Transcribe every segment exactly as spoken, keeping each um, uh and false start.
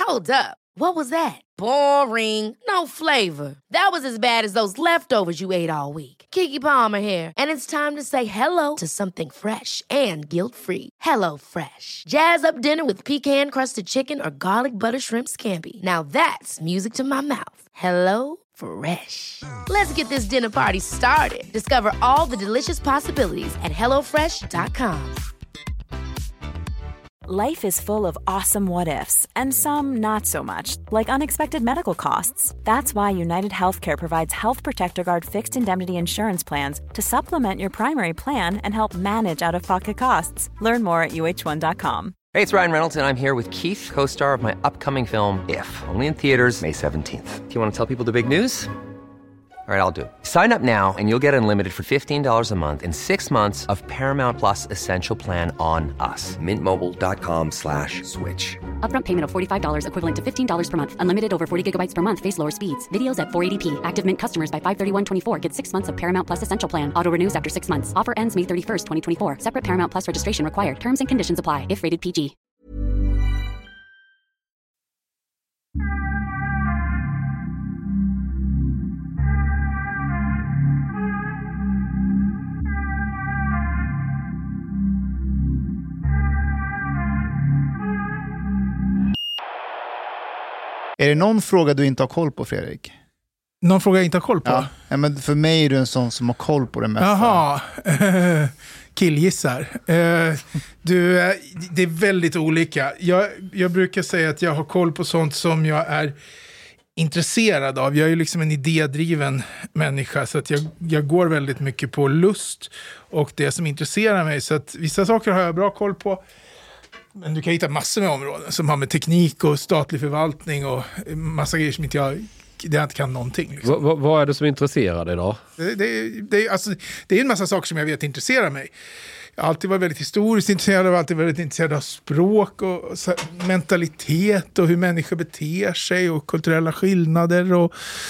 Hold up. What was that? Boring. No flavor. That was as bad as those leftovers you ate all week. Keke Palmer here, and it's time to say hello to something fresh and guilt-free. Hello Fresh. Jazz up dinner with pecan-crusted chicken or garlic butter shrimp scampi. Now that's music to my mouth. Hello Fresh. Let's get this dinner party started. Discover all the delicious possibilities at hello fresh dot com. Life is full of awesome what-ifs, and some not so much, like unexpected medical costs. That's why United Healthcare provides Health Protector Guard fixed indemnity insurance plans to supplement your primary plan and help manage out-of-pocket costs. Learn more at U H one dot com. Hey, it's Ryan Reynolds, and I'm here with Keith, co-star of my upcoming film, If, only in theaters May seventeenth. Do you want to tell people the big news? All right, I'll do it. Sign up now and you'll get unlimited for fifteen dollars a month and six months of Paramount Plus Essential Plan on us. Mint Mobile dot com slash switch. Upfront payment of forty-five dollars equivalent to fifteen dollars per month. Unlimited over forty gigabytes per month. Face lower speeds. Videos at four eighty p. Active Mint customers by five thirty-one twenty-four get six months of Paramount Plus Essential Plan. Auto renews after six months. Offer ends May thirty-first, twenty twenty-four. Separate Paramount Plus registration required. Terms and conditions apply if rated P G. Är det någon fråga du inte har koll på, Fredrik? Någon fråga jag inte har koll på? Ja, ja, men för mig är du en sån som har koll på det mesta. Jaha, killgissar. Du, det är väldigt olika. Jag, jag brukar säga att jag har koll på sånt som jag är intresserad av. Jag är ju liksom en idédriven människa, så att jag, jag går väldigt mycket på lust och det som intresserar mig. Så att vissa saker har jag bra koll på. Men du kan hitta massor med områden som har med teknik och statlig förvaltning och massa grejer som inte jag, det jag inte kan någonting. Liksom. V- vad är det som intresserar dig då? Det, det, det, alltså, det är en massa saker som jag vet intresserar mig. Jag har alltid varit väldigt historiskt intresserad av, alltid varit intresserad av språk och, och så, mentalitet och hur människor beter sig och kulturella skillnader och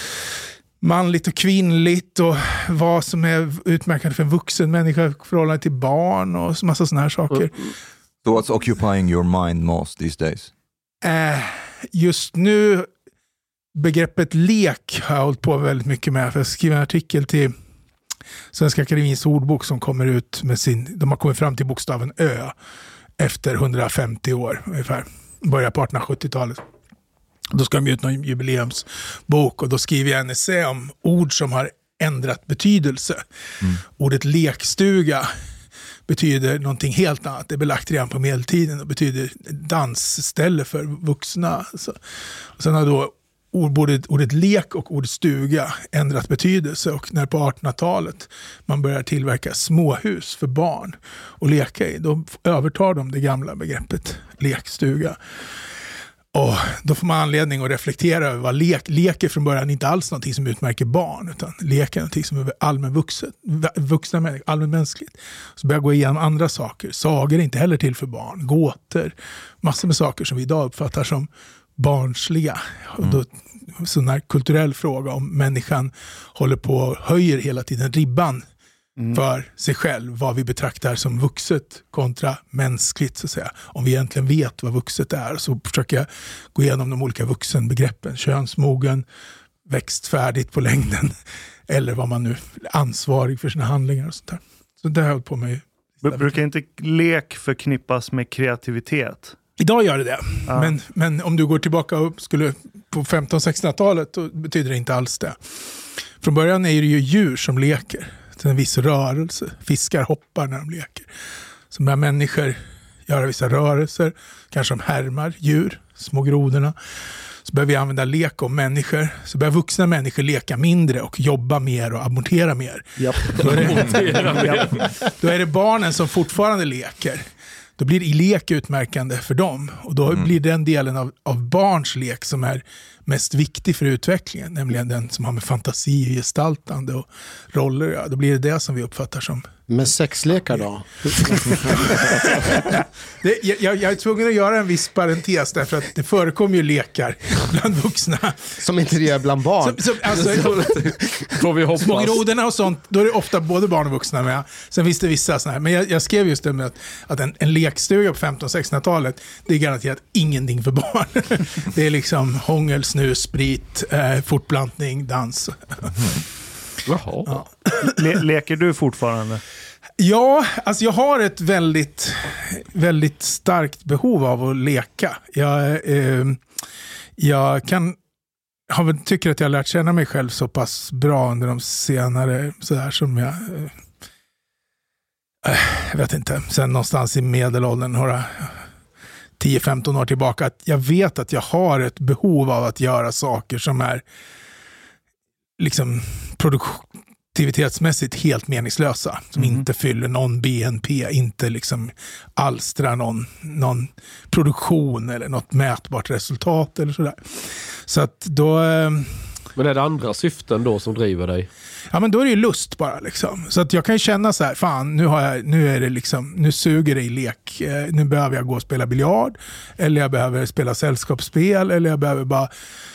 manligt och kvinnligt och vad som är utmärkande för en vuxen människa i förhållande till barn och massa såna här saker. Mm. So what's occupying your mind most these days? Eh, just nu, begreppet lek har jag hållit på väldigt mycket med. För jag skriver en artikel till Svenska Akademins ordbok som kommer ut med sin... De har kommit fram till bokstaven Ö efter hundrafemtio år ungefär. Börjar på artonhundrasjuttiotalet. Då ska de ut någon jubileumsbok och då skriver jag en essä om ord som har ändrat betydelse. Mm. Ordet lekstuga betyder någonting helt annat. Det är belagt redan på medeltiden och betyder dansställe för vuxna. Så, och sen har då ordet, ordet lek och ordet stuga ändrat betydelse, och när på artonhundratalet man börjar tillverka småhus för barn och leka i, då övertar de det gamla begreppet lekstuga. Och då får man anledning att reflektera över vad lek, lek är från början inte alls någonting som utmärker barn, utan lek är någonting som är allmän vuxen, vuxna människor, allmänmänskligt. Så börjar jag gå igenom andra saker. Sagor är inte heller till för barn. Gåtor, massor med saker som vi idag uppfattar som barnsliga. Mm. Och då, sån här kulturell fråga om människan håller på och höjer hela tiden ribban Mm. för sig själv, vad vi betraktar som vuxet kontra mänskligt, så att säga. Om vi egentligen vet vad vuxet är, så försöker jag gå igenom de olika vuxenbegreppen. Könsmogen, växt färdigt på längden, eller vad man nu är ansvarig för sina handlingar och sånt där. Så det har jag hållit på med. Brukar inte lek förknippas med kreativitet? Idag gör det det. Ja. Men, men om du går tillbaka och skulle på femtonhundra-sextonhundratalet, då betyder det inte alls det. Från början är det ju djur som leker. En viss rörelse. Fiskar hoppar när de leker. Så börjar människor göra vissa rörelser. Kanske de härmar djur, små grodorna. Så börjar vi använda lek om människor. Så börjar vuxna människor leka mindre och jobba mer och amortera mer. Japp. Då, är det, då är det barnen som fortfarande leker. Då blir det lek utmärkande för dem. Och då mm. blir den delen av, av barns lek som är mest viktig för utvecklingen, nämligen den som har med fantasi och gestaltande och roller. Ja, då blir det det som vi uppfattar som Men sexlekar då? det, jag, jag är tvungen att göra en viss parentes därför att det förekommer ju lekar bland vuxna. Som inte det är bland barn. Som, som, alltså, Får vi hoppas. Små grodorna och sånt, då är det ofta både barn och vuxna med. Sen finns det vissa sådana här. Men jag, jag skrev just det med att, att en, en lekstuga på femtonhundra- och sextonhundratalet, det är garanterat ingenting för barn. Det är liksom hångel, snus, sprit, eh, fortplantning, dans. Jaha. Ja. Le- leker du fortfarande? Ja, alltså jag har ett väldigt, väldigt starkt behov av att leka. Jag, eh, jag kan, har väl, tycker att jag har lärt känna mig själv så pass bra under de senare, sådär som jag, eh, jag vet inte, sen någonstans i medelåldern, några tio femton år tillbaka, att jag vet att jag har ett behov av att göra saker som är liksom produktivitetsmässigt helt meningslösa, som mm. inte fyller någon B N P, inte liksom alstrar någon, någon produktion eller något mätbart resultat eller sådär. Så att då... Men är det andra syften då som driver dig? Ja, men då är det ju lust bara liksom. Så att jag kan känna så här, fan, nu har jag, nu är det liksom, nu suger det i lek. Nu behöver jag gå och spela biljard, eller jag behöver spela sällskapsspel, eller jag behöver bara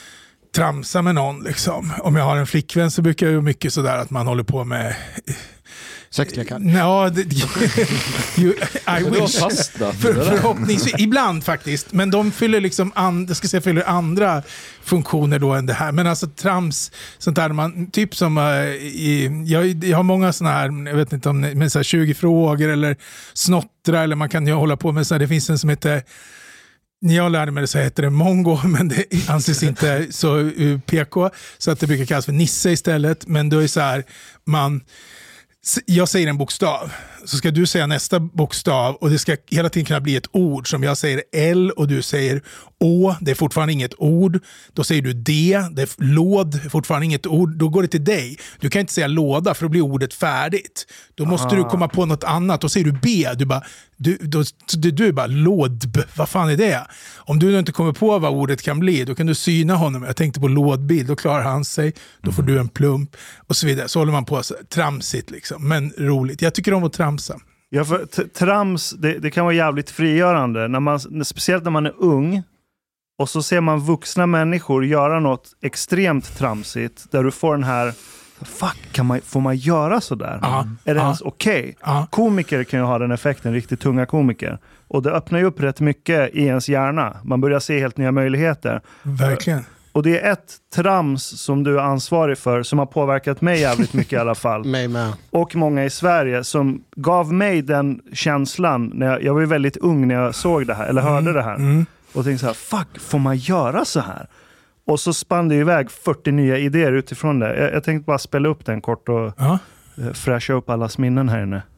tramsa med någon liksom. Om jag har en flickvän så brukar jag ju mycket sådär att man håller på med sexlekar. Ja, det, you, I wish. För, förhoppningsvis, ibland faktiskt. Men de fyller liksom and, jag ska säga, fyller andra funktioner då än det här. Men alltså trams, sånt där man, typ som uh, i, jag, jag har många såna här, jag vet inte om men så här tjugo frågor eller snottra, eller man kan ju hålla på med så här, det finns en som heter, när jag lärde mig det så heter det mongo, men det anses inte så uh, P K, så att det brukar kallas för Nisse istället. Men då är så här, man, jag säger en bokstav, så ska du säga nästa bokstav, och det ska hela tiden kunna bli ett ord. Som jag säger L och du säger Å, det är fortfarande inget ord. Då säger du D, det är låd, fortfarande inget ord. Då går det till dig. Du kan inte säga låda, för då blir ordet färdigt. Då måste ah. du komma på något annat. Då säger du B, du bara, du, då, du, du är bara lådb, vad fan är det? Om du inte kommer på vad ordet kan bli, då kan du syna honom. Jag tänkte på lådbil, då klarar han sig. Då får du en plump och så vidare. Så håller man på så, tramsigt liksom, men roligt. Jag tycker om att tramsa. Ja, för t- trams, det, det kan vara jävligt frigörande. När man, speciellt när man är ung. Och så ser man vuxna människor göra något extremt tramsigt. Där du får den här, fuck, kan man, får man göra sådär? Ja, är det ja, ens okej? Okay? Ja. Komiker kan ju ha den effekten, riktigt tunga komiker. Och det öppnar ju upp rätt mycket i ens hjärna. Man börjar se helt nya möjligheter. Verkligen. Och det är ett trams som du är ansvarig för, som har påverkat mig jävligt mycket i alla fall. Mig med. Och många i Sverige, som gav mig den känslan. När jag, jag var ju väldigt ung när jag såg det här, eller hörde mm, det här. Mm. Och tänkte så här, fuck, får man göra så här? Och så spann det iväg fyrtio nya idéer utifrån det. Jag, jag tänkte bara spela upp den kort och ja. uh, fräscha upp allas minnen här inne.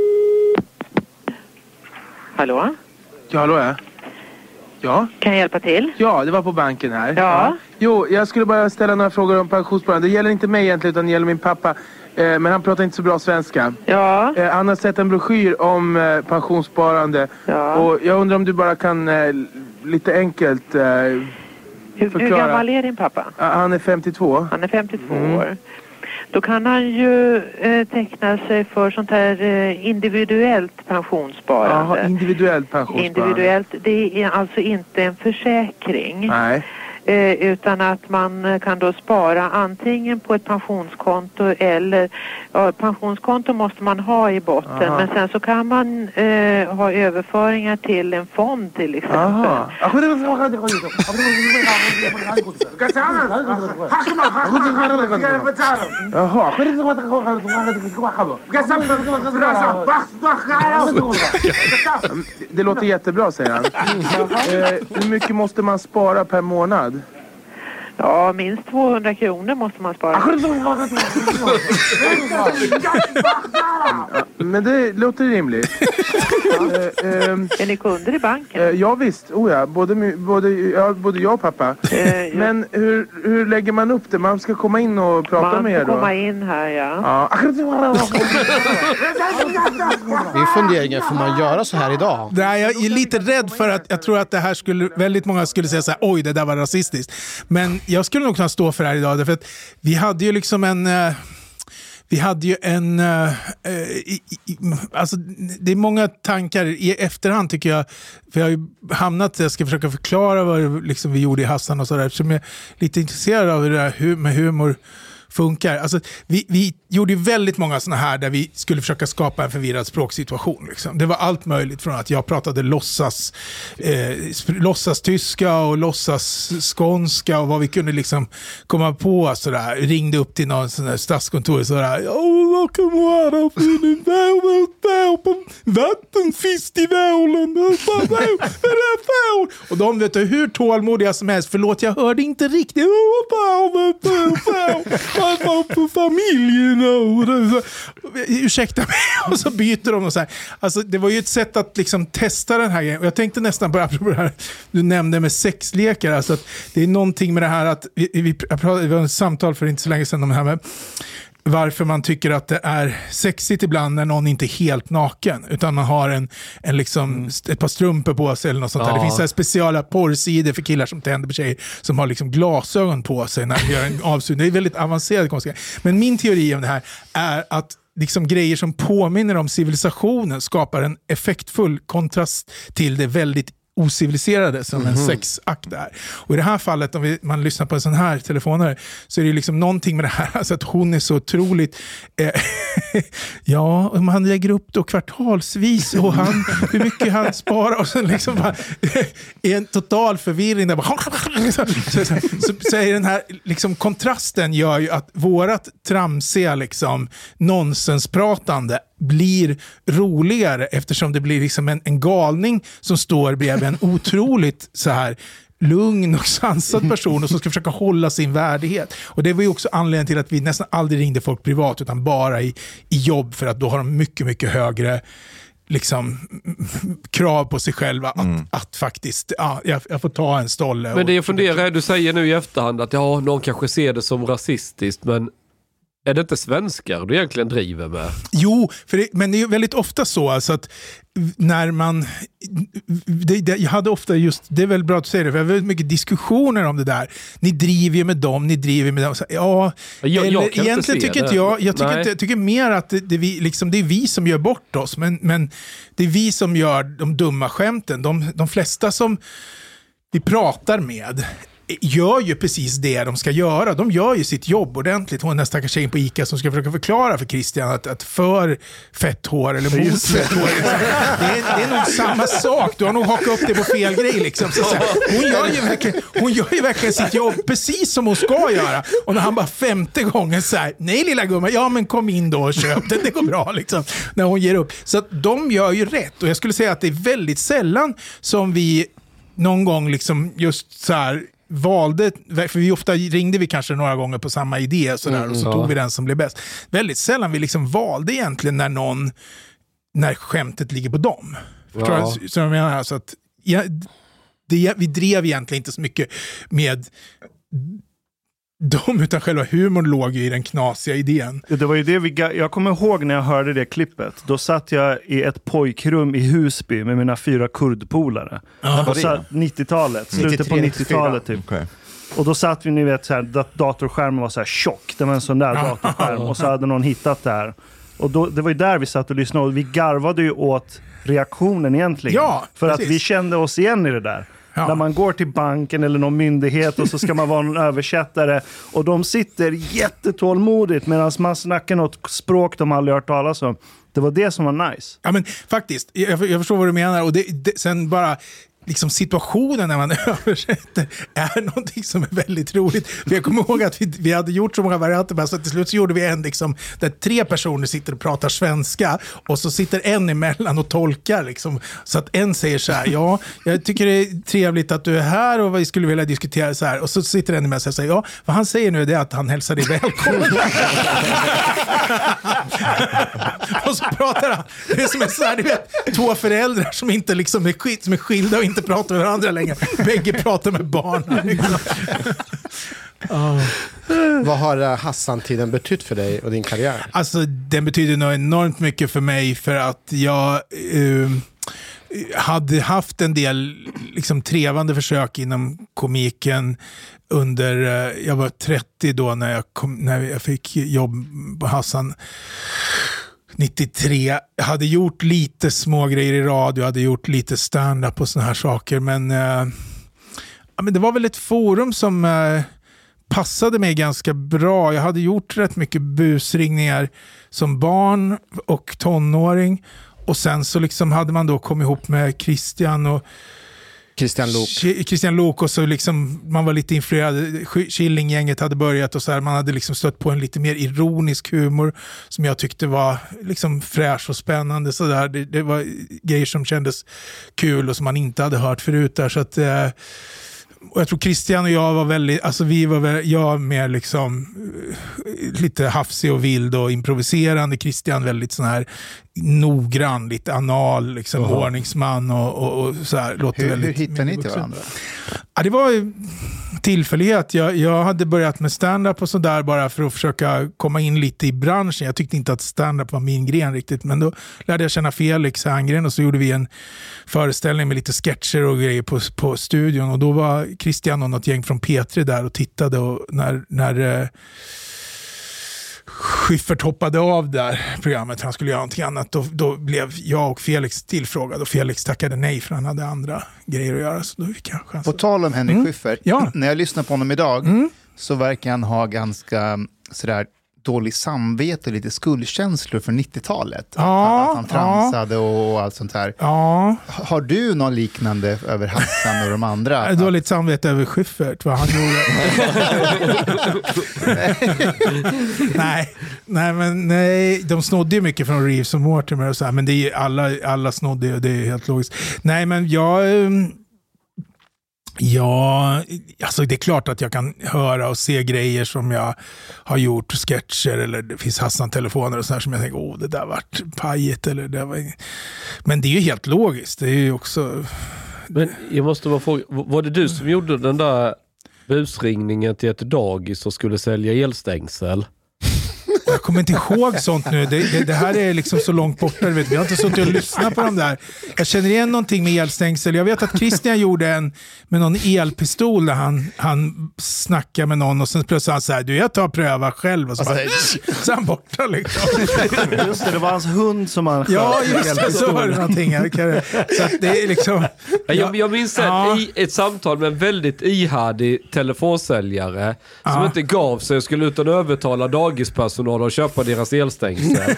Hallå? Ja, hallå ja. Ja. Kan jag hjälpa till? Ja, det var på banken här. Ja. ja. Jo, jag skulle bara ställa några frågor om pensionssparande. Det gäller inte mig egentligen, utan det gäller min pappa. Eh, men han pratar inte så bra svenska. Ja. Eh, han har sett en broschyr om eh, pensionssparande. Ja. Och jag undrar om du bara kan eh, lite enkelt eh, hur, förklara. Hur gammal är din pappa? Uh, han är femtiotvå. Han är femtiotvå mm. år. Då kan han ju eh, teckna sig för sånt här eh, individuellt pensionssparande. Jaha, individuellt pensionssparande. Individuellt, det är alltså inte en försäkring. Nej. Eh, utan att man kan då spara antingen på ett pensionskonto eller ja, pensionskonto måste man ha i botten. Aha. Men sen så kan man eh, ha överföringar till en fond till exempel. Jaha. Det låter jättebra, säger han. eh, hur mycket måste man spara per månad? Ja, minst tvåhundra kronor måste man spara. Ja, men det låter rimligt. Ja. äh, ähm, är ni kunder i banken? Äh, ja visst, oh ja, både, både, ja, både jag och pappa. Äh, men hur, hur lägger man upp det? Man ska komma in och prata man med er då? Man ska komma in här, ja. ja. Min fundering är, får man göra så här idag? Nej, jag är lite rädd för att jag tror att det här skulle, väldigt många skulle säga så här, oj, det där var rasistiskt. Men jag skulle nog kunna stå för det här idag, därför att vi hade ju liksom en... vi hade ju en... Uh, uh, i, i, alltså, det är många tankar i efterhand tycker jag. För jag har ju hamnat, jag ska försöka förklara vad liksom, vi gjorde i Hassan och sådär. Eftersom jag är lite intresserad av det där hu- med humor funkar. Alltså, vi, vi gjorde ju väldigt många såna här där vi skulle försöka skapa en förvirrad språksituation. Liksom. Det var allt möjligt från att jag pratade låtsas, eh, sp- låtsas tyska och låtsas skånska och vad vi kunde liksom komma på sådär. Ringde upp till någon sån där stadskontor och sådär. Åh, vad kan vara på vattenfestivalen? Och de vet du hur tålmodiga som helst. Förlåt, jag hörde inte riktigt. På familjen och ursäkta mig och så byter de och så här. Alltså det var ju ett sätt att liksom testa den här grejen och jag tänkte nästan på det här du nämnde med sexlekar, alltså att det är någonting med det här att vi, vi, jag pratade, det var ett samtal för inte så länge sedan om det här med varför man tycker att det är sexigt ibland när någon inte är helt naken utan man har en, en liksom, mm. ett par strumpor på sig eller något sånt ja. där. Det finns så här speciella porrsidor för killar som tänder på tjejer som har liksom glasögon på sig när de gör en avsugning. Det är väldigt avancerad konst. Men min teori om det här är att liksom grejer som påminner om civilisationen skapar en effektfull kontrast till det väldigt ociviliserade som en mm-hmm. sexakt är. Och i det här fallet, om vi, man lyssnar på en sån här telefonare, så är det liksom någonting med det här, alltså att hon är så otroligt eh, ja, om han lägger upp då kvartalsvis och han, hur mycket han sparar och sen liksom bara är en total förvirring där bara, så, så, så, så är den här liksom kontrasten gör ju att vårat tramsiga liksom nonsenspratande blir roligare eftersom det blir liksom en, en galning som står bredvid en otroligt så här lugn och sansad person och som ska försöka hålla sin värdighet. Och det var ju också anledningen till att vi nästan aldrig ringde folk privat utan bara i, i jobb för att då har de mycket, mycket högre liksom krav på sig själva att, mm. att faktiskt, ja, jag, jag får ta en stolle. Men det jag funderar är, du säger nu i efterhand att ja, någon kanske ser det som rasistiskt, men är det inte svenskar du egentligen driver med? Jo, för det, men det är väldigt ofta så alltså att när man det, det, jag hade ofta just, det är väl bra att säga det för jag har väldigt mycket diskussioner om det där. Ni driver ju med dem, ni driver med dem. Så, ja, jag, eller, jag egentligen tycker inte jag, jag tycker, inte, jag tycker mer att det, det, vi, liksom, det är vi som gör bort oss, men, men det är vi som gör de dumma skämten. De, de flesta som vi pratar med gör ju precis det de ska göra. De gör ju sitt jobb ordentligt. Hon är nästa tjejen på ICA som ska försöka förklara för Christian att, att för fett hår eller mot fett hår. Det är, det är nog samma sak. Du har nog hakat upp det på fel grej. Liksom. Så, så här, hon, gör ju verkligen, hon gör ju verkligen sitt jobb precis som hon ska göra. Och när han bara femte gången säger nej lilla gumma, ja men kom in då och köp det. Det går bra liksom. När hon ger upp. Så att de gör ju rätt. Och jag skulle säga att det är väldigt sällan som vi någon gång liksom just så här valde, för vi ofta ringde vi kanske några gånger på samma idé så där, mm, och så ja. tog vi den som blev bäst. Väldigt sällan vi liksom valde egentligen när någon när skämtet ligger på dem. Förstår ja. du? Så jag menar alltså att ja, det, vi drev egentligen inte så mycket med dem utan själva humorn låg i den knasiga idén. Det var ju det vi, jag kommer ihåg när jag hörde det klippet. Då satt jag i ett pojkrum i Husby med mina fyra kurdpolare. Ah, och satt nittiotalet, slutet på nittiotalet typ. Okay. Och då satt vi, ni vet, så här, datorskärmen var så här tjock. Det var en sån där datorskärm. Och så hade någon hittat det här. Och då, det var ju där vi satt och lyssnade. Och vi garvade ju åt reaktionen egentligen. Ja, för precis. Att vi kände oss igen i det där. Ja. När man går till banken eller någon myndighet och så ska man vara en översättare och de sitter jättetålmodigt medan man snackar något språk de aldrig hört talas om. Det var det som var nice. Ja men faktiskt, jag, jag förstår vad du menar och det, det, sen bara liksom situationen när man översätter är någonting som är väldigt roligt. För jag kommer ihåg att vi, vi hade gjort så många varianter så till slut så gjorde vi en liksom, där tre personer sitter och pratar svenska och så sitter en emellan och tolkar liksom, så att en säger så här, ja, jag tycker det är trevligt att du är här och vi skulle vilja diskutera så här och så sitter en emellan och säger, ja, vad han säger nu är det att han hälsar dig välkommen. Och så pratar han, det är som en så här, du vet, två föräldrar som inte liksom är, skit, som är skilda och inte pratar med varandra längre. Bägge pratar med barn. Oh. Vad har Hassan-tiden betytt för dig och din karriär? Alltså, den betyder nog enormt mycket för mig för att jag... Uh, hade haft en del liksom trevande försök inom komiken under, jag var trettio då när jag, kom, när jag fick jobb på Hassan nittiotre. Jag hade gjort lite små grejer i radio, hade gjort lite stand-up och såna här saker, men, eh, ja, men det var väl ett forum som eh, passade mig ganska bra. Jag hade gjort rätt mycket busringningar som barn och tonåring. Och sen så liksom hade man då kommit ihop med Christian och Christian Lok. Christian Lok och så liksom man var lite influerad. Killinggänget hade börjat och så här, man hade liksom stött på en lite mer ironisk humor som jag tyckte var liksom fräsch och spännande så där. Det, det var grejer som kändes kul och som man inte hade hört förut där, så att eh, och jag tror Christian och jag var väldigt, alltså vi var väl, jag mer liksom lite hafsig och vild och improviserande, Christian väldigt sån här noggrann, lite anal liksom, uh-huh. ordningsman och, och, och så här. Låter hur, väldigt, hur hittade ni till varandra? Ja, det var tillfällighet. Jag, jag hade börjat med stand-up och sådär bara för att försöka komma in lite i branschen. Jag tyckte inte att stand-up var min gren riktigt, men då lärde jag känna Felix Herngren och så gjorde vi en föreställning med lite sketcher och grejer på, på studion, och då var Christian och något gäng från P tre där och tittade, och när, när eh, Schyffert hoppade av där programmet, han skulle göra någonting annat, då, då blev jag och Felix tillfrågade och Felix tackade nej för han hade andra grejer att göra, så då fick jag chans. På tal om Henrik mm. Schyffert, ja. när jag lyssnar på honom idag mm. så verkar han ha ganska sådär dålig samvete och lite skuldkänslor för nittiotalet. Ja, att, att han tramsade ja. och allt sånt här. Ja. Har du någon liknande över Hassan och de andra? Du har lite samvete över Schyffert, vad han gjorde. nej, nej, men nej, de snodde ju mycket från Reeves och Mortimer och så här, men det är ju alla, alla snodde, och det är helt logiskt. Nej, men jag... Ja, alltså det är klart att jag kan höra och se grejer som jag har gjort, sketcher, eller det finns Hassan-telefoner och sådär som jag tänker, åh, det där vart pajigt, eller det var... Men det är ju helt logiskt, det är ju också... Men jag måste bara fråga, var det du som gjorde den där busringningen till ett dagis som skulle sälja elstängsel? Jag kommer inte ihåg sånt nu. Det, det, det här är liksom så långt borta. Vet. Vi har inte suttit och lyssnat på dem där. Jag känner igen någonting med elstängsel. Jag vet att Christian gjorde en med någon elpistol där han, han snackade med någon och sen plötsligt han så här, du, jag tar och pröva själv. Och så, alltså, bara, så han borta liksom. Just det, det var hans hund som han sköt. Ja, just det, så var det någonting. Så att det är liksom... Ja, jag, jag minns ja. ett, ett samtal med en väldigt ihärdig telefonsäljare ja. som inte gav sig och skulle utan övertala dagispersonal och köpa deras elstängsel.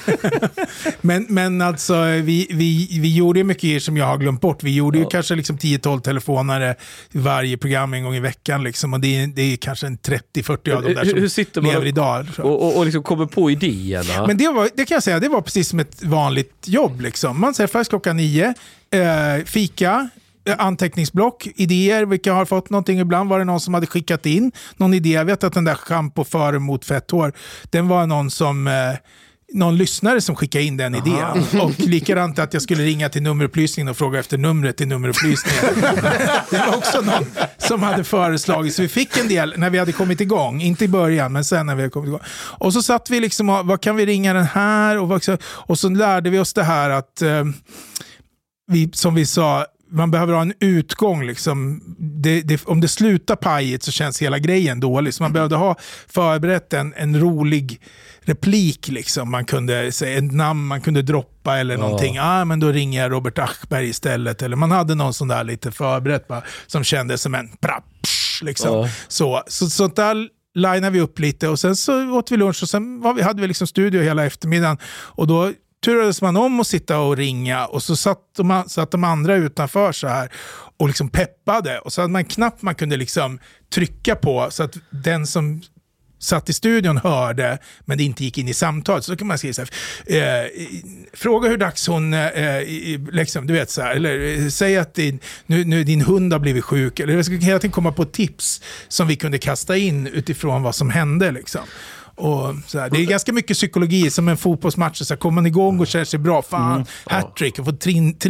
men, men alltså, vi, vi, vi gjorde mycket som jag har glömt bort. Vi gjorde ja. ju kanske liksom tio tolv telefonare varje program en gång i veckan. Liksom, och det är, det är kanske en trettio fyrtio av dem där som hur sitter man lever idag. Och, och, och liksom kommer på idéerna. Men det, var, det kan jag säga, det var precis som ett vanligt jobb. Liksom. Man träffades klockan nio, eh, fika, anteckningsblock, idéer, vilka har fått någonting. Ibland var det någon som hade skickat in någon idé. Jag vet att den där shampoo före mot fett hår, den var någon som eh, någon lyssnare som skickade in den idén. Och likadant att jag skulle ringa till nummerupplysningen och fråga efter numret till nummerupplysningen. Det var också någon som hade föreslagit. Så vi fick en del när vi hade kommit igång. Inte i början, men sen när vi hade kommit igång. Och så satt vi liksom, vad kan vi ringa den här? Och, och så lärde vi oss det här att eh, vi, som vi sa, man behöver ha en utgång liksom. Det, det, om det slutar pajigt så känns hela grejen dålig. Så man behövde ha förberett en, en rolig replik liksom. Man kunde säga ett namn man kunde droppa eller ja. någonting. Ja, ah, men då ringer jag Robert Aschberg istället. Eller man hade någon sån där lite förberett bara, som kändes som en praps liksom. Ja. Så, så, sånt där lineade vi upp lite och sen så åt vi lunch och sen var vi, hade vi liksom studio hela eftermiddagen och då turades man om att sitta och ringa och så satt de, satt de andra utanför så här och liksom peppade och så hade man knappt man kunde liksom trycka på så att den som satt i studion hörde men det inte gick in i samtalet, så kan man skriva så här, eh, fråga hur dags hon eh, liksom, du vet så här, eller eh, säg att din, nu, nu din hund har blivit sjuk, eller jag skulle hela tiden komma på tips som vi kunde kasta in utifrån vad som hände liksom. Och så här, det är ganska mycket psykologi som en fotbollsmatch, så här, kommer man igång och känner sig bra, fan, mm, hattrick och får tre, tre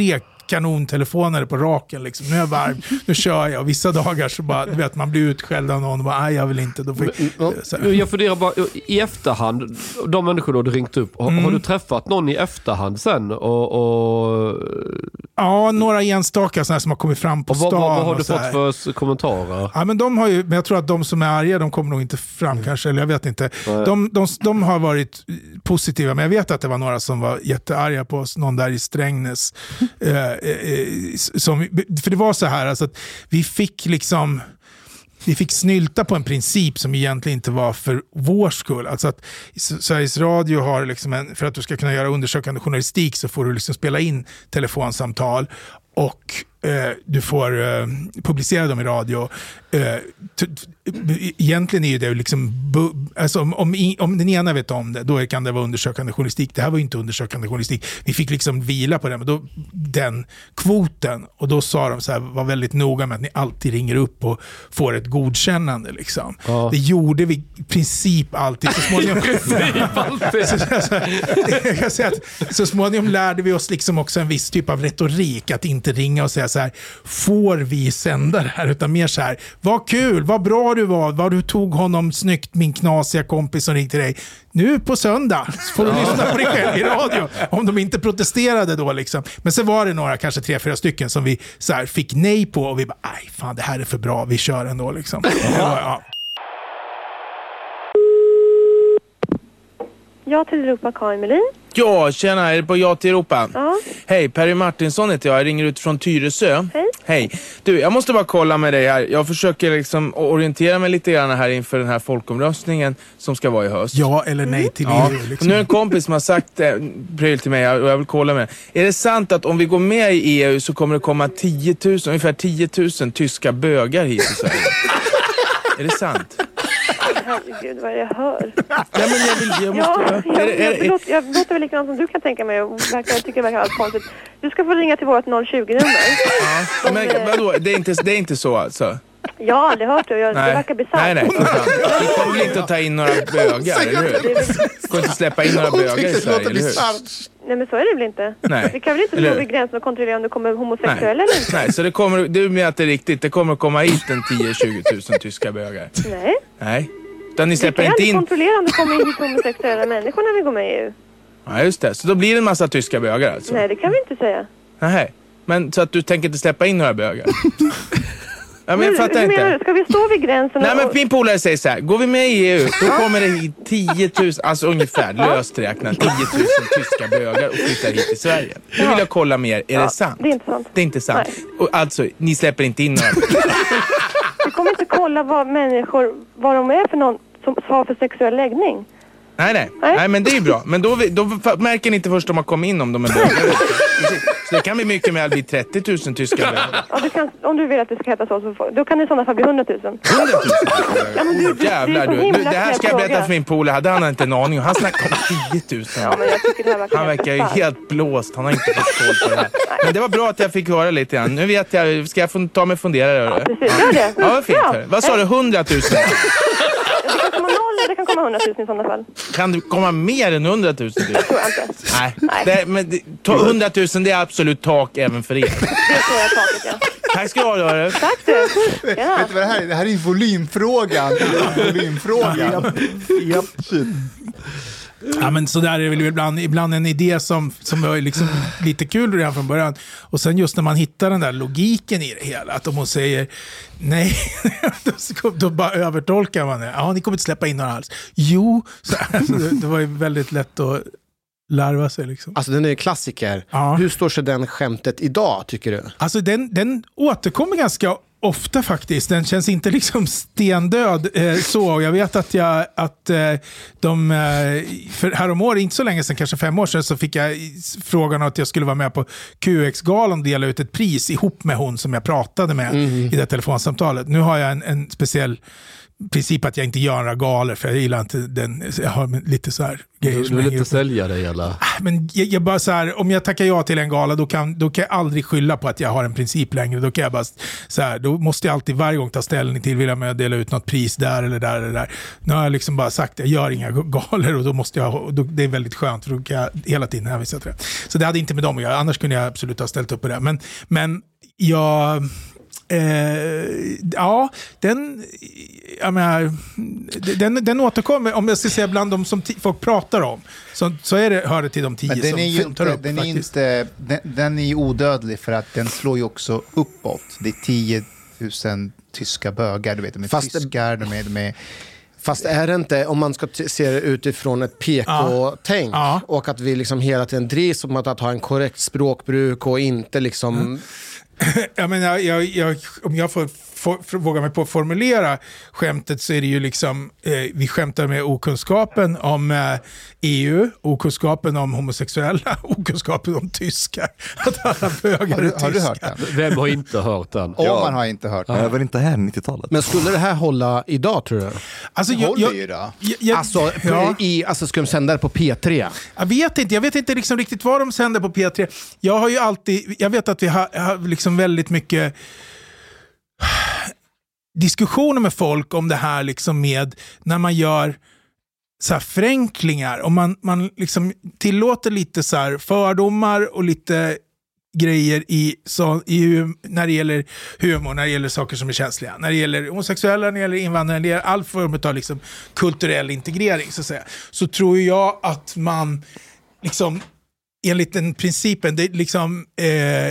kanontelefoner på raken. Liksom. Nu är jag varm, nu kör jag. Och vissa dagar så bara, du vet, man blir utskälld av någon och bara, nej jag vill inte. Då får, men, jag funderar bara, i efterhand, de människor du ringt upp, har, mm. har du träffat någon i efterhand sen? Och, och... Ja, några enstaka sådana som har kommit fram på och stan. Vad, vad, vad har du fått för kommentarer? Ja, men de har ju, men jag tror att de som är arga, de kommer nog inte fram mm. kanske, eller jag vet inte. De, de, de har varit positiva, men jag vet att det var några som var jättearga på oss, någon där i Strängnäs. eh, eh, som, för det var så här, alltså att vi fick liksom vi fick snylta på en princip som egentligen inte var för vår skull. Alltså att Sveriges Radio har liksom en, för att du ska kunna göra undersökande journalistik så får du liksom spela in telefonsamtal och eh, du får eh, publicera dem i radio. Eh, t- t- egentligen är ju det liksom bu- alltså om, om, om den ena vet om det, då kan det vara undersökande journalistik. Det här var ju inte undersökande journalistik. Vi fick liksom vila på det, men då, den kvoten, och då sa de så här, var väldigt noga med att ni alltid ringer upp och får ett godkännande liksom. Ja. Det gjorde vi i princip alltid. Så småningom, alltid. så, så, så, jag kan säga att så småningom lärde vi oss liksom också en viss typ av retorik, att inte ringa och säga så här, får vi sända det här, utan mer så här, vad kul, vad bra du var, vad du tog honom snyggt, min knasiga kompis som ringde till dig. Nu på söndag får du ja. lyssna på det själv i radio. Om de inte protesterade då liksom. Men så var det några, kanske tre, fyra stycken som vi så här fick nej på och vi bara, nej fan det här är för bra, vi kör ändå liksom. Ja. Ja. Ja till Europa, Karin Melin. Ja, tjena, är det på Ja till Europa? Ja. Hej, Perry Martinsson heter jag, jag ringer ut från Tyresö. Hej. Hej. Du, jag måste bara kolla med dig här. Jag försöker liksom orientera mig lite grann här inför den här folkomröstningen som ska vara i höst. Ja eller nej till ja. E U. Liksom. Och nu är en kompis som har sagt eh, pryl till mig och jag vill kolla med. Är det sant att om vi går med i E U så kommer det komma tio tusen, ungefär tio tusen tyska bögar hit i Sverige? Är det sant? Herregud, vad jag hör. Nej, men jag vill... Jag måste... Ja, jag, jag, jag, låter, jag låter väl likadant som du kan tänka mig. Och verkar, jag tycker det verkar allt konstigt. Du ska få ringa till vårt noll tjugo-nummer. Ja, men vadå? Det är inte, det är inte så alltså? Jag har aldrig hört det. Jag, det verkar bisarrt. Nej, nej. Vi kommer väl inte att ta in några bögar, eller hur? Vi kommer inte släppa in några bögar i Sverige, eller hur? Nej, men så är det väl inte? Nej. Vi kan väl inte gå vid gränsen och kontrollera om det kommer homosexuella eller inte? Nej, så det kommer, du menar att det är riktigt. Det kommer att komma hit en tio till tjugo tusen tyska bögar? Nej. Nej. Utan ni släpper vi kan inte in... in... kontrollera om det kommer in hit homosexuella människor när vi går med i E U. Ja, just det. Så då blir det en massa tyska bögar alltså? Nej, det kan vi inte säga. Nej. Men så att du tänker inte släppa in några bögar? Ja, men jag men, fattar inte. Menar, ska vi stå vid gränsen? Nej, och... men min polare säger så här. Går vi med i E U, då kommer det hit tio tusen, alltså ungefär löst räknat, tio tusen tyska bögar och flyttar hit till Sverige. Nu vill jag kolla mer. Är ja, det sant? Det är inte sant. Det är inte sant. Och alltså, ni släpper inte in några. Vi kommer inte kolla vad människor, vad de är för någon som har för sexuell läggning. Nej, nej, nej. Nej, men det är ju bra. Men då, då märker ni inte först om man kommer in om de är bögar. Så det kan bli mycket med att bli trettio tusen tyska bögar. Ja, du kan, om du vill att det ska heta så, så får, då kan det i sådana fall bli hundra tusen. hundra tusen? Ja, men du, du, jävlar du. du. Det här ska jag berätta för min polare. Hade han inte en aning. Han snackar om tio tusen. Ja, men jag tycker det här verkar han verkar ju helt blåst. Han har inte fått koll på det här. Men det var bra att jag fick höra lite grann. Nu vet jag, ska jag få ta mig fundera över det? Ja, precis. Gör det. Ja, vad fint. Ja. Vad sa du? hundra tusen? Det kan komma noll, det kan komma hundra tusen i sådana fall. Kan du komma mer än hundra tusen? Det tror jag inte. Nej, Nej. Det, men hundra tusen det är absolut tak även för er. Det tror jag taket, ja. Tack ska du ha, Röre. Tack du. Ja. Vet du vad det här är? Det här är volymfrågan. volymfrågan. Ja. Ja, men så där är det väl ibland, ibland en idé som, som är liksom lite kul redan från början. Och sen just när man hittar den där logiken i det hela, att om hon säger nej, då, då bara övertolkar man det. Ja, ni kommer inte släppa in några alls. Jo, så, alltså, det, det var ju väldigt lätt att larva sig liksom. Alltså den är ju klassiker. Ja. Hur står sig den skämtet idag, tycker du? Alltså den, den återkommer ganska ofta faktiskt. Den känns inte liksom stendöd eh, så. Jag vet att jag att eh, de eh, för häromåret, inte så länge sedan, kanske fem år sedan, så fick jag frågan att jag skulle vara med på Q X-galan och dela ut ett pris ihop med hon som jag pratade med mm. i det telefonsamtalet. Nu har jag en, en speciell princip att jag inte gör några galor, för jag gillar inte den, jag har lite så här grejer. Du, du vill inte sälja det eller? Men jag, jag bara så här, om jag tackar ja till en gala, då kan, då kan jag aldrig skylla på att jag har en princip längre. Då kan jag bara så här, då måste jag alltid varje gång ta ställning till, vill jag dela ut något pris där eller där eller där. Nu har jag liksom bara sagt, jag gör inga galor, och då måste jag, då, det är väldigt skönt, för då kan jag hela tiden hänvisa till det. Så det hade inte med dem att göra, annars kunde jag absolut ha ställt upp på det. Men, men jag... Eh, ja, den, jag menar, den, den återkommer, om jag ska säga bland de som t- folk pratar om, så, så är det, hör det till de tio. Men den som är ju inte, tar upp, den, är inte, den, den är ju odödlig, för att den slår ju också uppåt. Det är tio tusen tyska bögar, du vet, de är Fast tyskar, de är, de är Fast är det inte, om man ska t- se det utifrån ett P K-tänk, ja. Ja. Och att vi liksom hela tiden drivs om att, att ha en korrekt språkbruk och inte liksom... Mm. Jag menar, jag, jag, om jag får, får våga mig på att formulera skämtet, så är det ju liksom, eh, vi skämtar med okunskapen om eh, E U, okunskapen om homosexuella, okunskapen om tyskar. Att alla bögar har, du, är har du hört den? Vem har inte hört den? Om ja. man har inte hört den. Jag var inte här nittiotalet. Men skulle det här hålla idag, tror du? Alltså, det jag, håller jag, ju då. Jag, jag, alltså, ja. i, alltså, ska de sända det på P tre? Jag vet inte, jag vet inte liksom riktigt vad de sänder på P tre. Jag har ju alltid, jag vet att vi har, har liksom väldigt mycket diskussioner med folk om det här liksom, med när man gör så här förenklingar, om man, man liksom tillåter lite så här fördomar och lite grejer i, så, i, när det gäller humor, när det gäller saker som är känsliga, när det gäller homosexuella, när det gäller invandrare, när det gäller all form av liksom kulturell integrering, så att säga, så tror jag att man liksom enligt den principen, det, liksom, eh,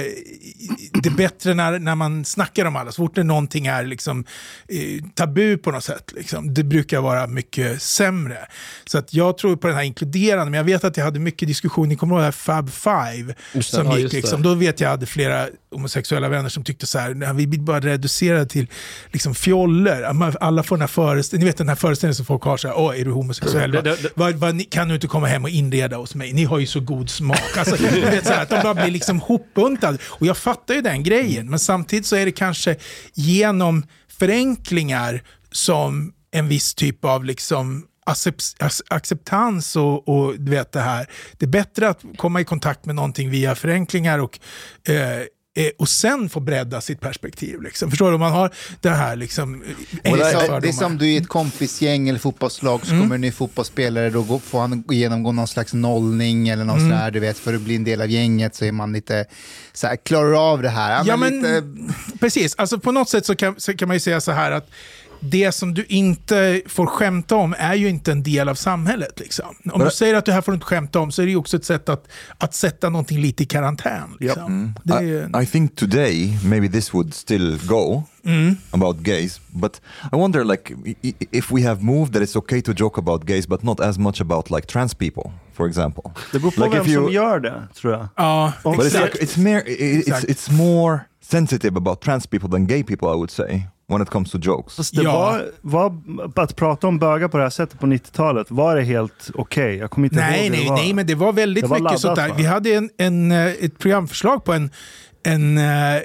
det är bättre när, när man snackar om alla. Så fort det någonting är liksom, eh, tabu på något sätt. Liksom, det brukar vara mycket sämre. Så att jag tror på den här inkluderande. Men jag vet att jag hade mycket diskussion. Ni kommer ihåg det här Fab Five som ja, gick. Liksom, då vet jag att jag hade flera homosexuella vänner som tyckte så här, vi blir bara reducerade till liksom, fjoller. Alla får den här föreställningen. Ni vet den här föreställningen som folk har så här, åh, är du homosexuell? Det, det, det. Vad, vad, kan du inte komma hem och inreda hos mig? Ni har ju så god smak. Alltså, du vet, så här, att de bara blir liksom hopbuntade. Och jag fattar ju den grejen. Men samtidigt så är det kanske genom förenklingar som en viss typ av liksom accept- acceptans och, och du vet det här. Det är bättre att komma i kontakt med någonting via förenklingar och eh, och sen få bredda sitt perspektiv. Liksom. Förstår du? Om man har det här liksom... Det är, det är som du i ett kompisgäng eller fotbollslag, så mm. kommer en ny fotbollsspelare, då går, får han genomgå någon slags nollning eller något mm. sådär, du vet, för att bli en del av gänget så är man lite så här, klarar av det här. Ja, ja men, men lite... precis. Alltså på något sätt så kan, så kan man ju säga så här att det som du inte får skämta om är ju inte en del av samhället. Liksom. Om du säger att det här får du inte skämta om, så är det ju också ett sätt att, att sätta någonting lite i karantän. Liksom. Yep. Mm. Det är... I, I think today maybe this would still go mm. about gays, but I wonder like if we have moved that it's okay to joke about gays but not as much about like trans people, for example. Det beror på like vem you... som gör det, tror jag. Ja, uh, but it's, like, it's, more, it, it's, it's more sensitive about trans people than gay people, I would say. When it comes to jokes. Fast det ja. var, var att prata om bögar på det här sättet på nittiotalet, var det helt okej? Okay? Jag kommer inte nej, ihåg nej, det var. nej, men det var väldigt det var mycket sånt där. Vi hade en, en, ett programförslag på en en uh,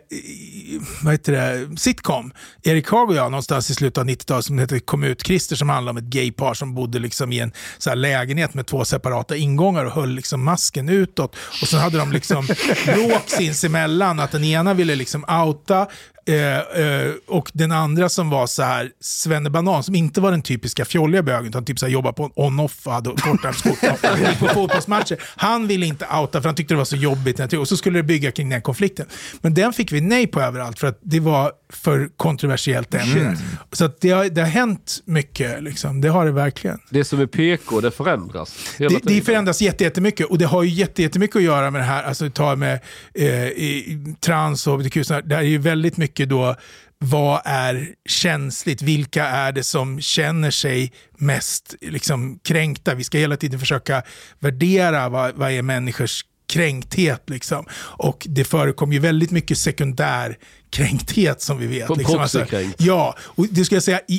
vad heter det, sitcom. Erik Haag och jag någonstans i slutet av nittiotalet som heter Kom ut Christer, som handlar om ett gaypar som bodde liksom i en så här lägenhet med två separata ingångar och höll liksom masken utåt. Och sen hade de liksom bråk sinsemellan att den ena ville liksom outa Eh, eh, och den andra som var så här Svenne Banan, som inte var den typiska fjolliga bögen, utan typ så här jobba på en on-off, hade kortärmskort på fotbollsmatcher. Han ville inte outa för han tyckte det var så jobbigt, och så skulle det bygga kring den konflikten. Men den fick vi nej på överallt för att det var för kontroversiellt ämne. Mm. Så att det, har, det har hänt mycket liksom. Det har det verkligen. Det som är P K, det förändras. Det, det förändras jättemycket, och det har ju jättemycket att göra med det här, alltså ta med eh, i, trans och H B T Q, det är ju väldigt mycket då, vad är känsligt, vilka är det som känner sig mest liksom kränkta. Vi ska hela tiden försöka värdera vad, vad är människors kränkthet liksom. Och det förekommer ju väldigt mycket sekundär kränkthet som vi vet. På liksom. Alltså, ja, och det ska jag säga i, i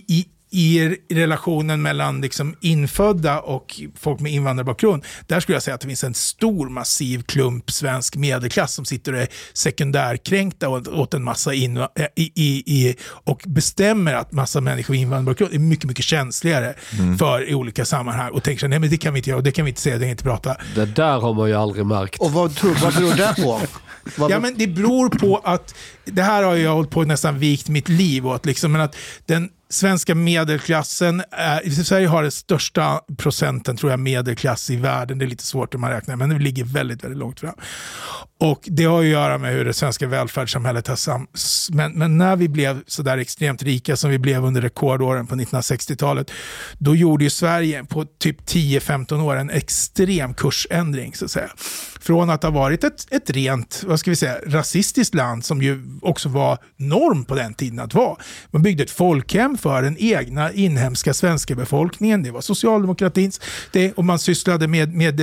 i relationen mellan liksom infödda och folk med invandrarbakgrund, där skulle jag säga att det finns en stor massiv klump svensk medelklass som sitter och är sekundärkränkta åt en massa in, i, i, i, och bestämmer att massa människor med invandrarbakgrund är mycket, mycket känsligare mm. för i olika sammanhang och tänker sig, nej men det kan vi inte göra och det kan vi inte säga, det kan vi inte prata. Det där har man ju aldrig märkt. Och vad, tror, vad beror det på? Vad ja men det beror på att, det här har jag hållit på nästan vikt mitt liv åt liksom, men att den svenska medelklassen, är, i Sverige har det största procenten tror jag medelklass i världen, det är lite svårt om man räknar, men det ligger väldigt, väldigt långt fram. Och det har att göra med hur det svenska välfärdssamhället har sam... Men, men när vi blev så där extremt rika som vi blev under rekordåren på nittonhundrasextiotalet, då gjorde ju Sverige på typ tio femton år en extrem kursändring så att säga. Från att ha varit ett, ett rent, vad ska vi säga, rasistiskt land som ju också var norm på den tiden att vara. Man byggde ett folkhem för den egna inhemska svenska befolkningen. Det var socialdemokratins, det, och man sysslade med, med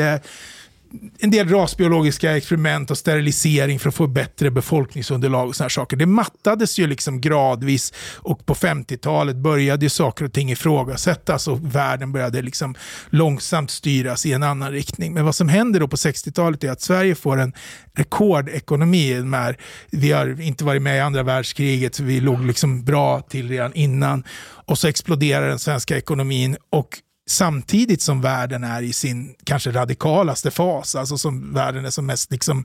en del rasbiologiska experiment och sterilisering för att få bättre befolkningsunderlag och såna här saker. Det mattades ju liksom gradvis och på femtiotalet började ju saker och ting ifrågasättas och världen började liksom långsamt styras i en annan riktning. Men vad som händer då på sextiotalet är att Sverige får en rekordekonomi. Med, vi har inte varit med i andra världskriget så vi låg liksom bra till redan innan och så exploderar den svenska ekonomin och samtidigt som världen är i sin kanske radikalaste fas, alltså som världen är som mest liksom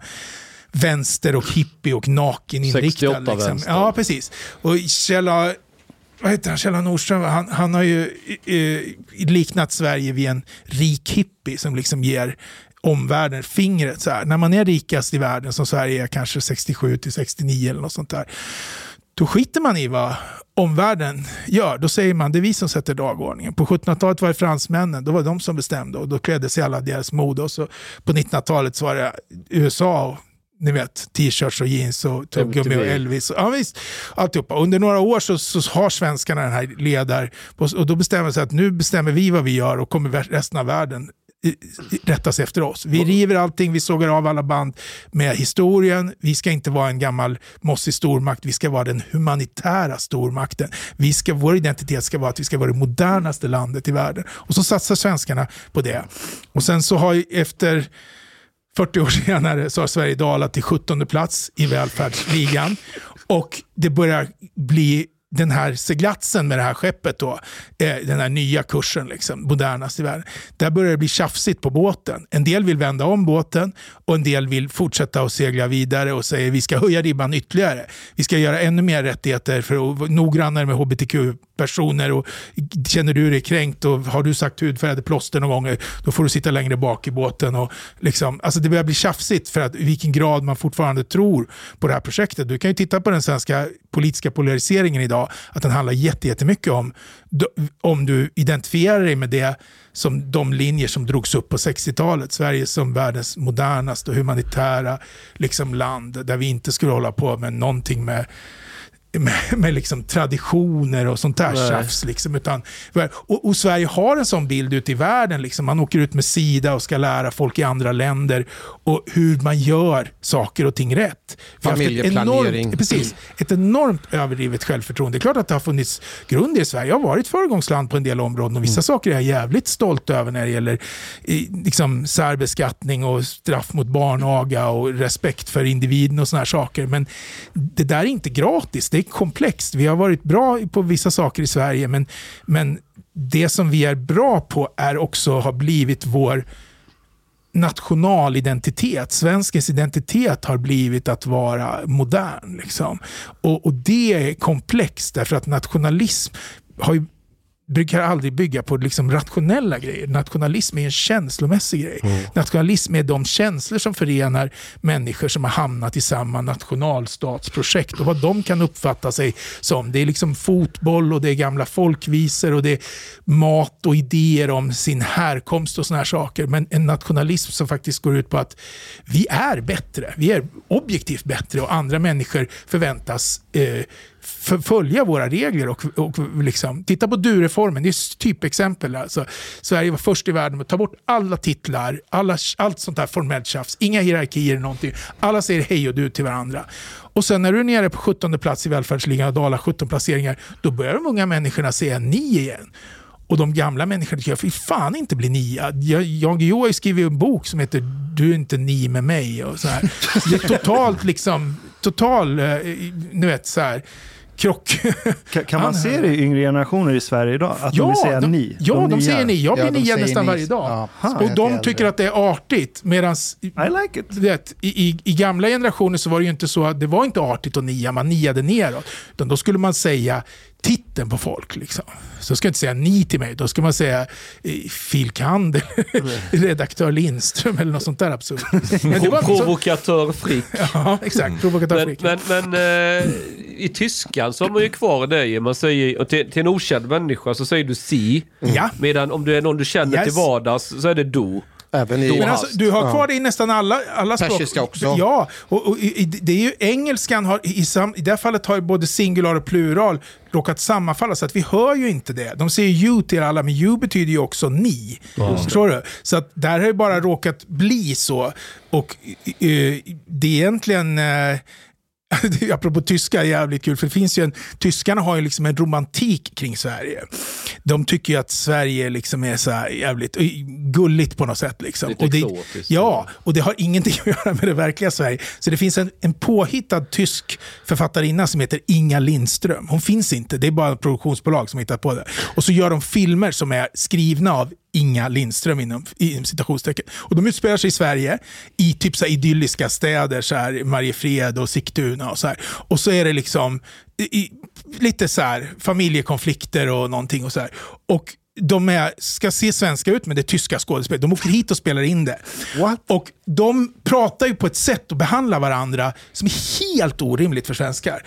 vänster och hippie och naken inriktad. sextioåtta liksom. Vänster. Ja, precis. Och Kjella, vad heter han? Kjella Nordström, han, han har ju eh, liknat Sverige vid en rik hippie som liksom ger omvärlden fingret så här. När man är rikast i världen som Sverige är kanske sextiosju till sextionio eller något sånt där, då skiter man i vad omvärlden gör. Då säger man, det är vi som sätter dagordningen. På sjuttonhundratalet var det fransmännen, då var det de som bestämde och då klädde sig alla deras mode. Och så på nittonhundratalet så var det U S A och ni vet, t-shirts och jeans och tuggummi och Elvis. Och, ja, visst, alltihopa. Under några år så, så har svenskarna den här ledar och då bestämmer sig att nu bestämmer vi vad vi gör och kommer resten av världen rättas efter oss. Vi river allting, vi sågar av alla band med historien. Vi ska inte vara en gammal mossig stormakt, vi ska vara den humanitära stormakten. Vi ska, vår identitet ska vara att vi ska vara det modernaste landet i världen. Och så satsar svenskarna på det. Och sen så har efter fyrtio år senare så har Sverige dalat till sjuttonde plats i välfärdsligan och det börjar bli den här seglatsen med det här skeppet då, den här nya kursen liksom, modernast i världen. Där börjar det bli tjafsigt på båten. En del vill vända om båten och en del vill fortsätta att segla vidare och säger vi ska höja ribban ytterligare. Vi ska göra ännu mer rättigheter för att vara noggrannare med hbtq-personer och känner du dig kränkt och har du sagt hudfärgade plåster någon gång, då får du sitta längre bak i båten och liksom, alltså det börjar bli tjafsigt för att i vilken grad man fortfarande tror på det här projektet. Du kan ju titta på den svenska politiska polariseringen idag, att den handlar jättemycket om om du identifierar dig med det som de linjer som drogs upp på sextiotalet. Sverige som världens modernaste och humanitära liksom land där vi inte skulle hålla på med någonting med med, med liksom traditioner och sånt där tjafs liksom, utan och, och Sverige har en sån bild ute i världen liksom. Man åker ut med Sida och ska lära folk i andra länder och hur man gör saker och ting rätt. Familjeplanering. Ett enormt, precis, ett enormt överdrivet självförtroende. Det är klart att det har funnits grund i Sverige. Jag har varit föregångsland på en del områden och vissa mm. saker är jag jävligt stolt över när det gäller liksom särbeskattning och straff mot barnaga och respekt för individen och såna här saker. Men det där är inte gratis. Det är komplext. Vi har varit bra på vissa saker i Sverige, men, men det som vi är bra på är också har blivit vår nationalidentitet. Svenskens identitet har blivit att vara modern. Liksom. Och, och det är komplext därför att nationalism har ju brukar aldrig bygga på liksom rationella grejer. Nationalism är en känslomässig grej. Mm. Nationalism är de känslor som förenar människor som har hamnat i samma nationalstatsprojekt och vad de kan uppfatta sig som. Det är liksom fotboll och det är gamla folkvisor och det är mat och idéer om sin härkomst och såna här saker. Men en nationalism som faktiskt går ut på att vi är bättre. Vi är objektivt bättre och andra människor förväntas eh, följa våra regler och, och liksom, titta på du-reformen, det är typexempel. Alltså, Sverige var först i världen att ta bort alla titlar, alla, allt sånt där formellt tjafs, inga hierarkier någonting. Alla säger hej och du till varandra. Och sen när du är nere på sjuttonde plats i välfärdsligan och dalar sjutton placeringar, då börjar de unga människorna säga ni igen. Och de gamla människorna tycker jag, för fan inte bli nia. Jag, jag, jag har ju skrivit en bok som heter Du är inte ni med mig. Och så här. Det är totalt liksom, total, nu vet så här, krock. Kan, kan man se det i yngre generationer i Sverige idag? Att ja, de vill säga de, ni? Ja, de, de säger ni. Jag blir ja, nia nästan ni. varje dag. Ja, och de tycker att det är artigt. Medan I like it. Vet, i, i, i gamla generationer så var det ju inte så att det var inte artigt att nia. Man niade neråt. Utan då skulle man säga titeln på folk. Liksom. Så ska jag inte säga ni till mig. Då ska man säga eh, Filkand eller redaktör Lindström eller något sånt där absurt. Provokatör Frick. Ja, exakt. Provokatör men, Frick. Men, men eh, i tyskan så har man ju kvar det. Man säger, till, till en okänd människa så säger du si. Ja. Medan om du är någon du känner yes. till vardags så är det do. Även i Men alltså, du har kvar ja. det i nästan alla, alla språk. Persiska också. Ja, och, och i, det är ju engelskan har i, sam, i det här fallet har både singular och plural råkat sammanfalla så att vi hör ju inte det. De säger you till alla, men you betyder ju också ni. Mm. Förstår du? Så att där har det bara råkat bli så. Och uh, det är egentligen... Uh, apropå tyska är jävligt kul, för det finns ju en, tyskarna har ju liksom en romantik kring Sverige. De tycker ju att Sverige liksom är så här jävligt gulligt på något sätt liksom. Lite och det, exotiskt. ja, och det har ingenting att göra med det verkliga Sverige. Så det finns en, en påhittad tysk författarinna som heter Inga Lindström. Hon finns inte, det är bara ett produktionsbolag som hittat på det. Och så gör de filmer som är skrivna av Inga Lindström inom, inom citationstecken. Och de utspelar sig i Sverige i typ så här idylliska städer, så här Mariefred och Sigtuna och så här. Och så är det liksom i, lite så här familjekonflikter och någonting och så här. Och de är, ska se svenska ut, men det är tyska skådespel. De åker hit och spelar in det. What? Och de pratar ju på ett sätt och behandlar varandra som är helt orimligt för svenskar.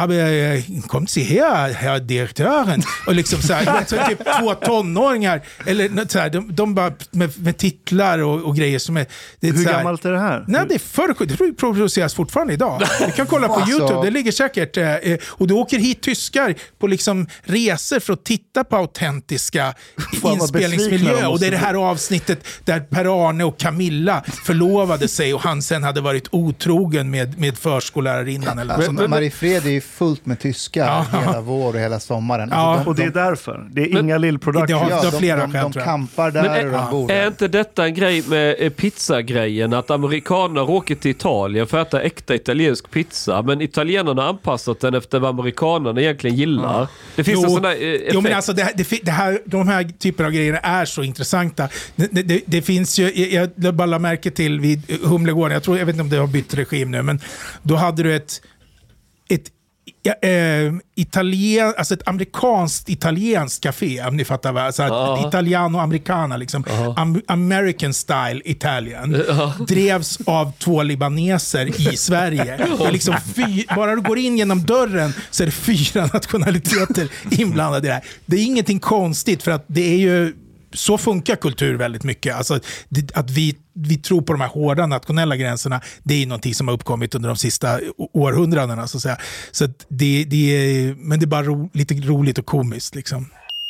Aber kom se här, herr direktören. Och liksom så här, så typ två tonåringar. Eller så här, de, de bara med, med titlar och, och grejer som är... Det är Hur så här, gammalt är det här? Nej, det är förr, det produceras fortfarande idag. Du kan kolla på Alltså. YouTube, det ligger säkert. Eh, och du åker hit tyskar på liksom resor för att titta på autentiska vad inspelningsmiljö. besvikna de Och det är det måste här avsnittet där Per-Arne och Camilla förlovade sig och han sen hade varit otrogen med, med förskolärarinnan. Eller Alltså, något sånt. Mariefred är ju fullt med tyskar Ja. hela vår och hela sommaren. Ja, Alltså, de, Och det är de, därför. Det är Men- inga lill production. Det har- ja, de, flera de, skäl, de tror jag. kampar där Men är- och de bor Är där. inte detta en grej med eh, pizzagrejen? Att amerikaner åker till Italien för att äta äkta italiensk pizza, men italienarna har anpassat den efter vad amerikanerna egentligen gillar. Det finns Jo, en sån där eh, effekt. Jo, men alltså det, här- det, fi- det här, de här typerna av grejer är så intressanta. Det, det- det, det finns ju, jag, jag bara la märke till vid Humlegården, jag tror, jag vet inte om det har bytt regim nu, men då hade du ett, ett ja, eh, italien, alltså ett amerikanskt italienskt café, om ni fattar vad, alltså Ja. Italiano Americana liksom, Am- American style Italian, drevs av två libaneser i Sverige. Det är liksom fy, bara du går in genom dörren så är det fyra nationaliteter inblandade i det här. Det är ingenting konstigt, för att det är ju så funkar kultur väldigt mycket. Alltså, det, att vi, vi tror på de här hårda nationella gränserna, det är någonting som har uppkommit under de sista århundradena. Så att säga. Så att det, det är, men det är bara ro, lite roligt och komiskt. Liksom.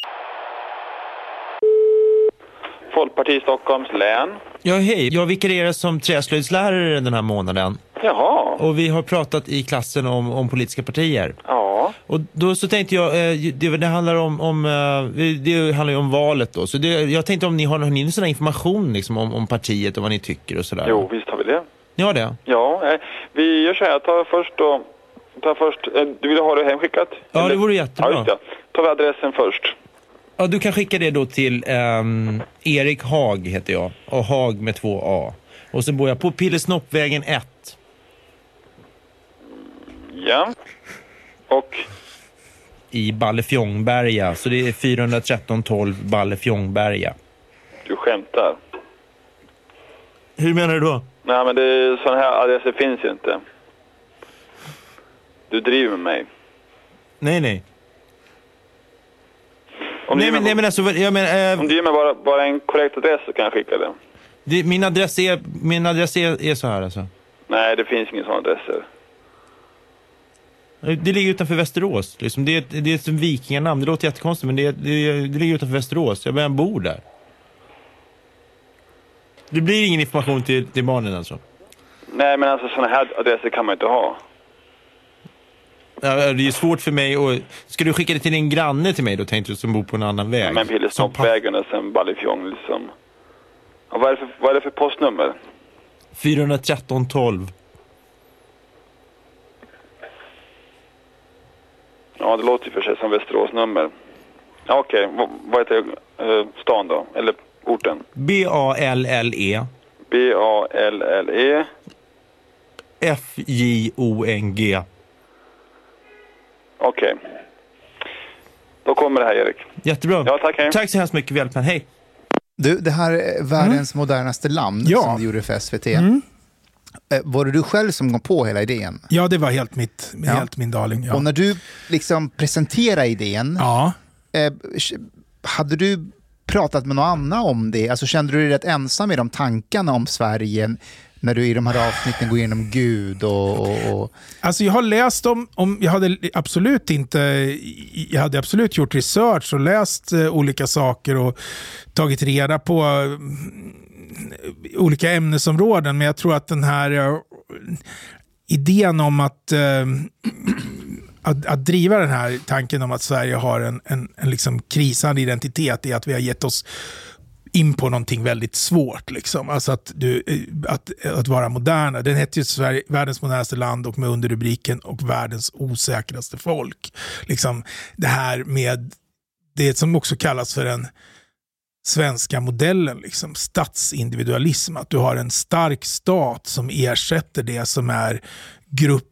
Folkparti Stockholms län. Ja, hej. Jag vikarierar som träslöjdslärare den här månaden. Jaha. Och vi har pratat i klassen om, om politiska partier. Ja. Och då så tänkte jag, eh, det, det handlar om, om eh, det handlar ju om valet då. Så det, jag tänkte om ni har någon sån här information liksom, om, om partiet och vad ni tycker och sådär. Jo, visst har vi det. Ni har det? Ja, eh, vi gör så här. Jag tar först då... Tar först, eh, du vill ha det hemskickat? Ja, det vore jättebra. Ja, just det. Tar vi adressen först. Ja, du kan skicka det då till um, Erik Hag heter jag. Och Hag med två A. Och så bor jag på Pillesnoppvägen ett. Ja. Och? I Ballefjongberga. Så det är fyra ett tre tolv Ballefjongberga. Du skämtar. Hur menar du då? Nej, men det, sådana här adresser finns ju inte. Du driver med mig. Nej, nej. Om nej, du men, med, nej, men alltså, jag men, äh, om du ger mig bara, bara en korrekt adress så kan jag skicka det. det min adress är, min adress är, är så här alltså. Nej, det finns ingen sån adresser. Det ligger utanför Västerås. Liksom. Det, är, det är som vikingarnamn. Det låter jättekonstigt, men det, det, det ligger utanför Västerås. Jag börjar bo där. Det blir ingen information till, till barnen alltså? Nej, men alltså sådana här adresser kan man inte ha. Ja, det är svårt för mig. Och, ska du skicka det till en granne till mig då, tänkte du, som bor på en annan väg? Men Pillesnoppvägen och sen Ballifjong liksom. Ja, vad, är det för, vad är det för postnummer? fyra ett tre ett tolv. Ja, det låter ju för sig som Västeråsnummer. Ja, okej. Okay. V- vad heter uh, stan då? Eller orten? B A L L E. B A L L E. F J O N G. Okej. Okay. Då kommer det här, Erik. Jättebra. Ja, tack. Hej. Tack så hemskt mycket för hjälpen. Hej. Du, det här är världens mm. modernaste land ja. som du gjorde för S V T. Mm. Var det du själv som kom på hela idén? Ja, det var helt, mitt, ja. helt min darling. Ja. Och när du liksom presenterade idén, ja. eh, hade du pratat med någon annan om det? Alltså kände du dig rätt ensam i de tankarna om Sverige när du i de här avsnitten går igenom Gud och... och, och... Alltså jag har läst om, om, jag hade absolut inte, jag hade absolut gjort research och läst uh, olika saker och tagit reda på uh, olika ämnesområden, men jag tror att den här uh, idén om att, uh, att, att driva den här tanken om att Sverige har en, en, en liksom krisande identitet är att vi har gett oss in på någonting väldigt svårt liksom. Alltså att, du, att, att vara moderna. Den heter ju Sverige, världens modernaste land och med underrubriken och världens osäkraste folk. Liksom det här med det som också kallas för den svenska modellen, liksom statsindividualism. Att du har en stark stat som ersätter det som är grupp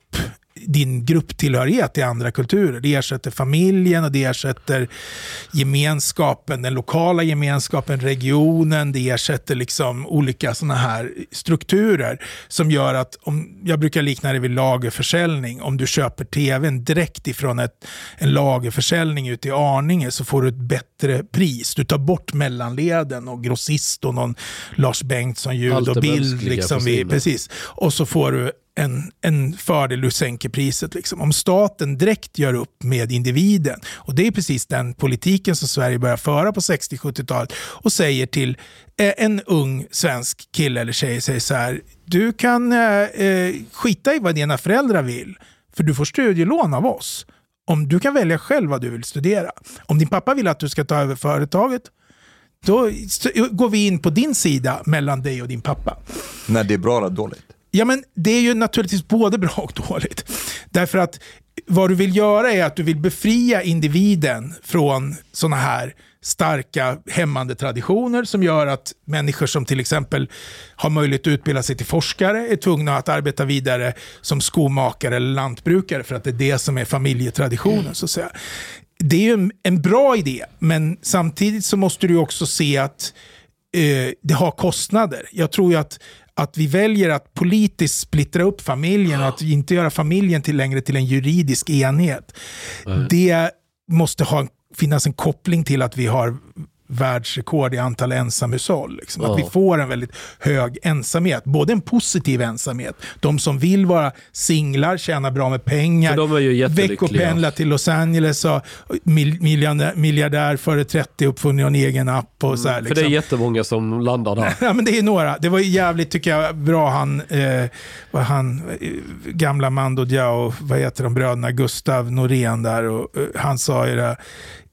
din grupptillhörighet i andra kulturer. Det ersätter familjen och det ersätter gemenskapen, den lokala gemenskapen, regionen, det ersätter liksom olika såna här strukturer som gör att, om jag brukar likna det vid lagerförsäljning, om du köper tvn direkt ifrån ett, en lagerförsäljning ute i Arninge så får du ett bättre pris. Du tar bort mellanleden och grossist och någon Lars Bengtsson ljud och bild liksom vi, precis. Och så får du En, en fördel, du sänker priset. Liksom. Om staten direkt gör upp med individen, och det är precis den politiken som Sverige börjar föra på sextio-sjuttiotalet och säger till eh, en ung svensk kille eller tjej, säger så här: du kan eh, skita i vad dina föräldrar vill, för du får studielån av oss. Om du kan välja själv vad du vill studera. Om din pappa vill att du ska ta över företaget, då går vi in på din sida mellan dig och din pappa. Nej, det är bra eller dåligt? Ja, men det är ju naturligtvis både bra och dåligt. Därför att vad du vill göra är att du vill befria individen från såna här starka hämmande traditioner som gör att människor som till exempel har möjlighet att utbilda sig till forskare är tvungna att arbeta vidare som skomakare eller lantbrukare för att det är det som är familjetraditionen, så att säga. Det är ju en, en bra idé, men samtidigt så måste du också se att eh, det har kostnader. Jag tror ju att att vi väljer att politiskt splittra upp familjen och att inte göra familjen till längre till en juridisk enhet. Mm. Det måste ha, finnas en koppling till att vi har världsrekord i antal ensamhushåll. Liksom. Ja. Att vi får en väldigt hög ensamhet. Både en positiv ensamhet. De som vill vara singlar, tjäna bra med pengar. De är ju veckopendla till Los Angeles och miljardär, miljardär före trettio uppfunnit en egen app. Och mm, så här, liksom. För det är jättemånga som landar där. Ja, men det är några. Det var jävligt, tycker jag, bra han, eh, vad han eh, gamla Mando Diao, vad heter de bröderna, Gustav Norén där, och eh, han sa ju det.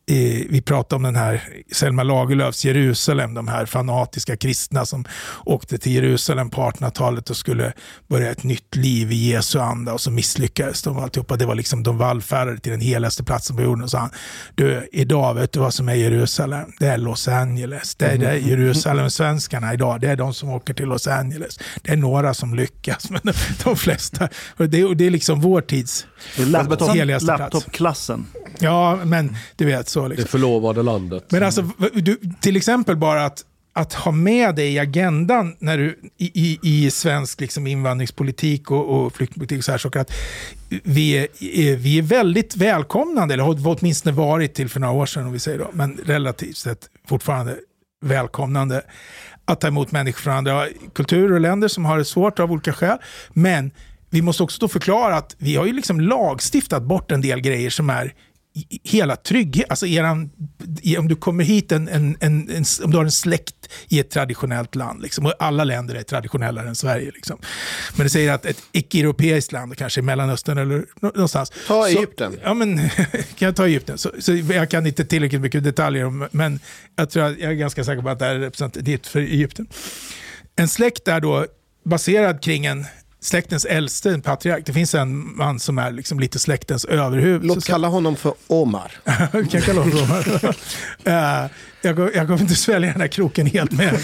Vi pratade om den här Selma Lagerlöfs Jerusalem, de här fanatiska kristna som åkte till Jerusalem på artonhundratalet och skulle börja ett nytt liv i Jesu anda, och så misslyckades de alltihopa. Det var liksom, de vallfärdade till den helaste platsen på jorden och sa han: du, idag vet du vad som är Jerusalem? Det är Los Angeles. Det är det Jerusalem, svenskarna idag, det är de som åker till Los Angeles. Det är några som lyckas, men de, de flesta, och det, och det är liksom vår tids laptop, heligaste plats. Laptopklassen. Ja, men du vet så liksom. Det förlovade landet. Men alltså, du, till exempel bara att, att ha med dig i agendan när du, i, i, i svensk liksom invandringspolitik och, och flyktingpolitik så här, så att vi är, vi är väldigt välkomnande, eller har åtminstone varit till för några år sedan, om vi säger då, men relativt sett fortfarande välkomnande att ta emot människor från andra kulturer och länder som har det svårt av olika skäl. Men vi måste också då förklara att vi har ju liksom lagstiftat bort en del grejer som är hela trygghet. Alltså eran, om du kommer hit, en, en, en, en, om du har en släkt i ett traditionellt land, liksom, och alla länder är traditionellare än Sverige. Liksom. Men det säger att ett icke-europeiskt land, kanske i Mellanöstern eller någonstans. Ta Egypten. Så, ja, men kan jag ta Egypten? Så, så jag kan inte tillräckligt mycket detaljer om, men jag tror att jag är ganska säker på att det är representativt för Egypten. En släkt där då baserad kring en släktens äldste, en patriark. Det finns en man som är liksom lite släktens överhuvud. Låt så, kalla honom för Omar. Vi kan kalla honom för Omar. uh, jag, går, jag kommer inte svälja den här kroken helt med.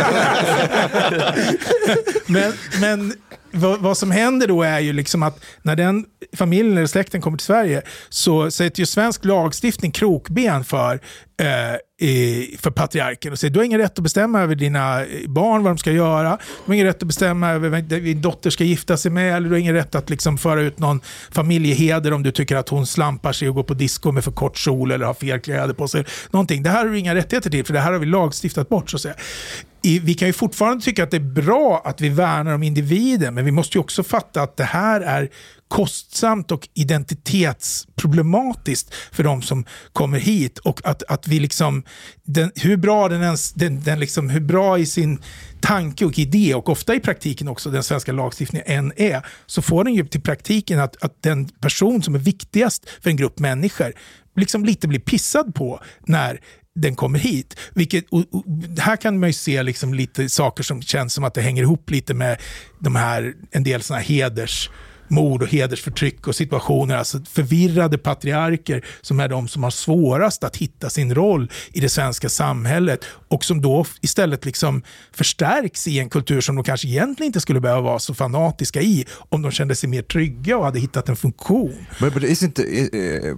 men men vad, vad som händer då är ju liksom att när den familjen eller släkten kommer till Sverige så sätter ju svensk lagstiftning krokben för eh, för patriarken och säger du har ingen rätt att bestämma över dina barn vad de ska göra, du har ingen rätt att bestämma över vem din dotter ska gifta sig med, eller du har ingen rätt att liksom föra ut någon familjeheder om du tycker att hon slampar sig och går på disco med för kort sol eller har fel kläder på sig, någonting. Det här har du inga rättigheter till, för det här har vi lagstiftat bort så att säga. I, vi kan ju fortfarande tycka att det är bra att vi värnar om individen, men vi måste ju också fatta att det här är kostsamt och identitetsproblematiskt för de som kommer hit, och att, att vi liksom den, hur bra den ens den, den liksom, hur bra i sin tanke och idé och ofta i praktiken också den svenska lagstiftningen än är, så får den ju till praktiken att, att den person som är viktigast för en grupp människor liksom lite blir pissad på när den kommer hit. Vilket, och, och, här kan man ju se liksom lite saker som känns som att det hänger ihop lite med de här, en del såna här heders mord och hedersförtryck och situationer, alltså förvirrade patriarker som är de som har svårast att hitta sin roll i det svenska samhället och som då istället liksom förstärks i en kultur som de kanske egentligen inte skulle behöva vara så fanatiska i om de kände sig mer trygga och hade hittat en funktion. But, but isn't it, uh,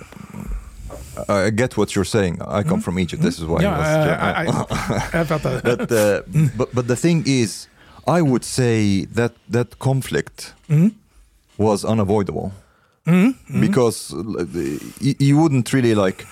I get what you're saying. I come mm. from Egypt. This is why yeah, I was... Uh, I, I, I fattar. but, uh, but, but the thing is, I would say that that conflict mm. was unavoidable. Mm. Mm. Because you, you wouldn't really like...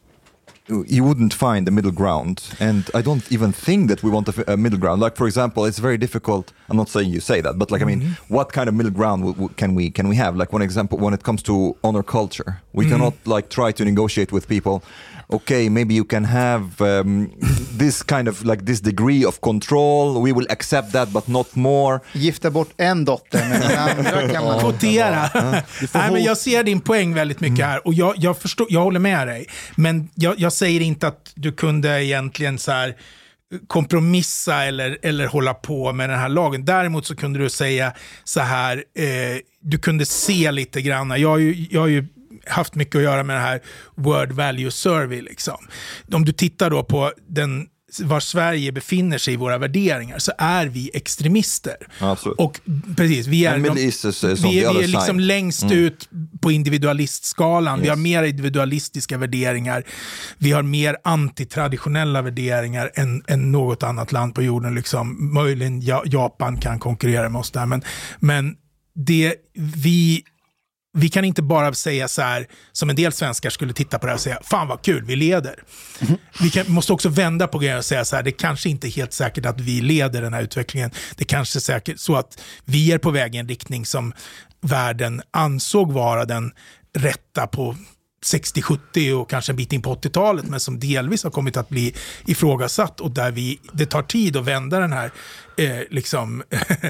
You wouldn't find a middle ground, and I don't even think that we want a, a middle ground. Like, for example, it's very difficult. I'm not saying you say that, but like, mm-hmm. I mean, what kind of middle ground w- w- can we can we have? Like, one example, when it comes to honor culture, we mm-hmm. cannot like try to negotiate with people. Okay, maybe you can have um, this kind of like this degree of control. We will accept that, but not more. Gifta bort en dotter, men den andra kan man kvotera. Nej, men jag ser din poäng väldigt mycket mm. här, och jag jag förstår, jag håller med dig, men jag jag säger inte att du kunde egentligen så här kompromissa eller, eller hålla på med den här lagen. Däremot så kunde du säga så här, eh, du kunde se lite grann. Jag har ju, jag har ju haft mycket att göra med det här World Value Survey. Liksom. Om du tittar då på den, var Sverige befinner sig i våra värderingar, så är vi extremister. Absolut. Och precis, vi är, de, is, is, is vi är, vi är liksom längst mm. ut på individualistskalan. Yes. Vi har mer individualistiska värderingar. Vi har mer antitraditionella värderingar än, än något annat land på jorden. Liksom. Möjligen Japan kan konkurrera med oss där. Men, men det vi... Vi kan inte bara säga så här, som en del svenskar skulle titta på det här och säga, fan vad kul, vi leder. Mm. Vi kan, måste också vända på grejen och säga så här, det kanske inte är helt säkert att vi leder den här utvecklingen. Det kanske är säkert så att vi är på väg i en riktning som världen ansåg vara den rätta på sextio sjuttio och kanske en bit in på åttiotalet, men som delvis har kommit att bli ifrågasatt, och där vi, det tar tid att vända den här eh, liksom.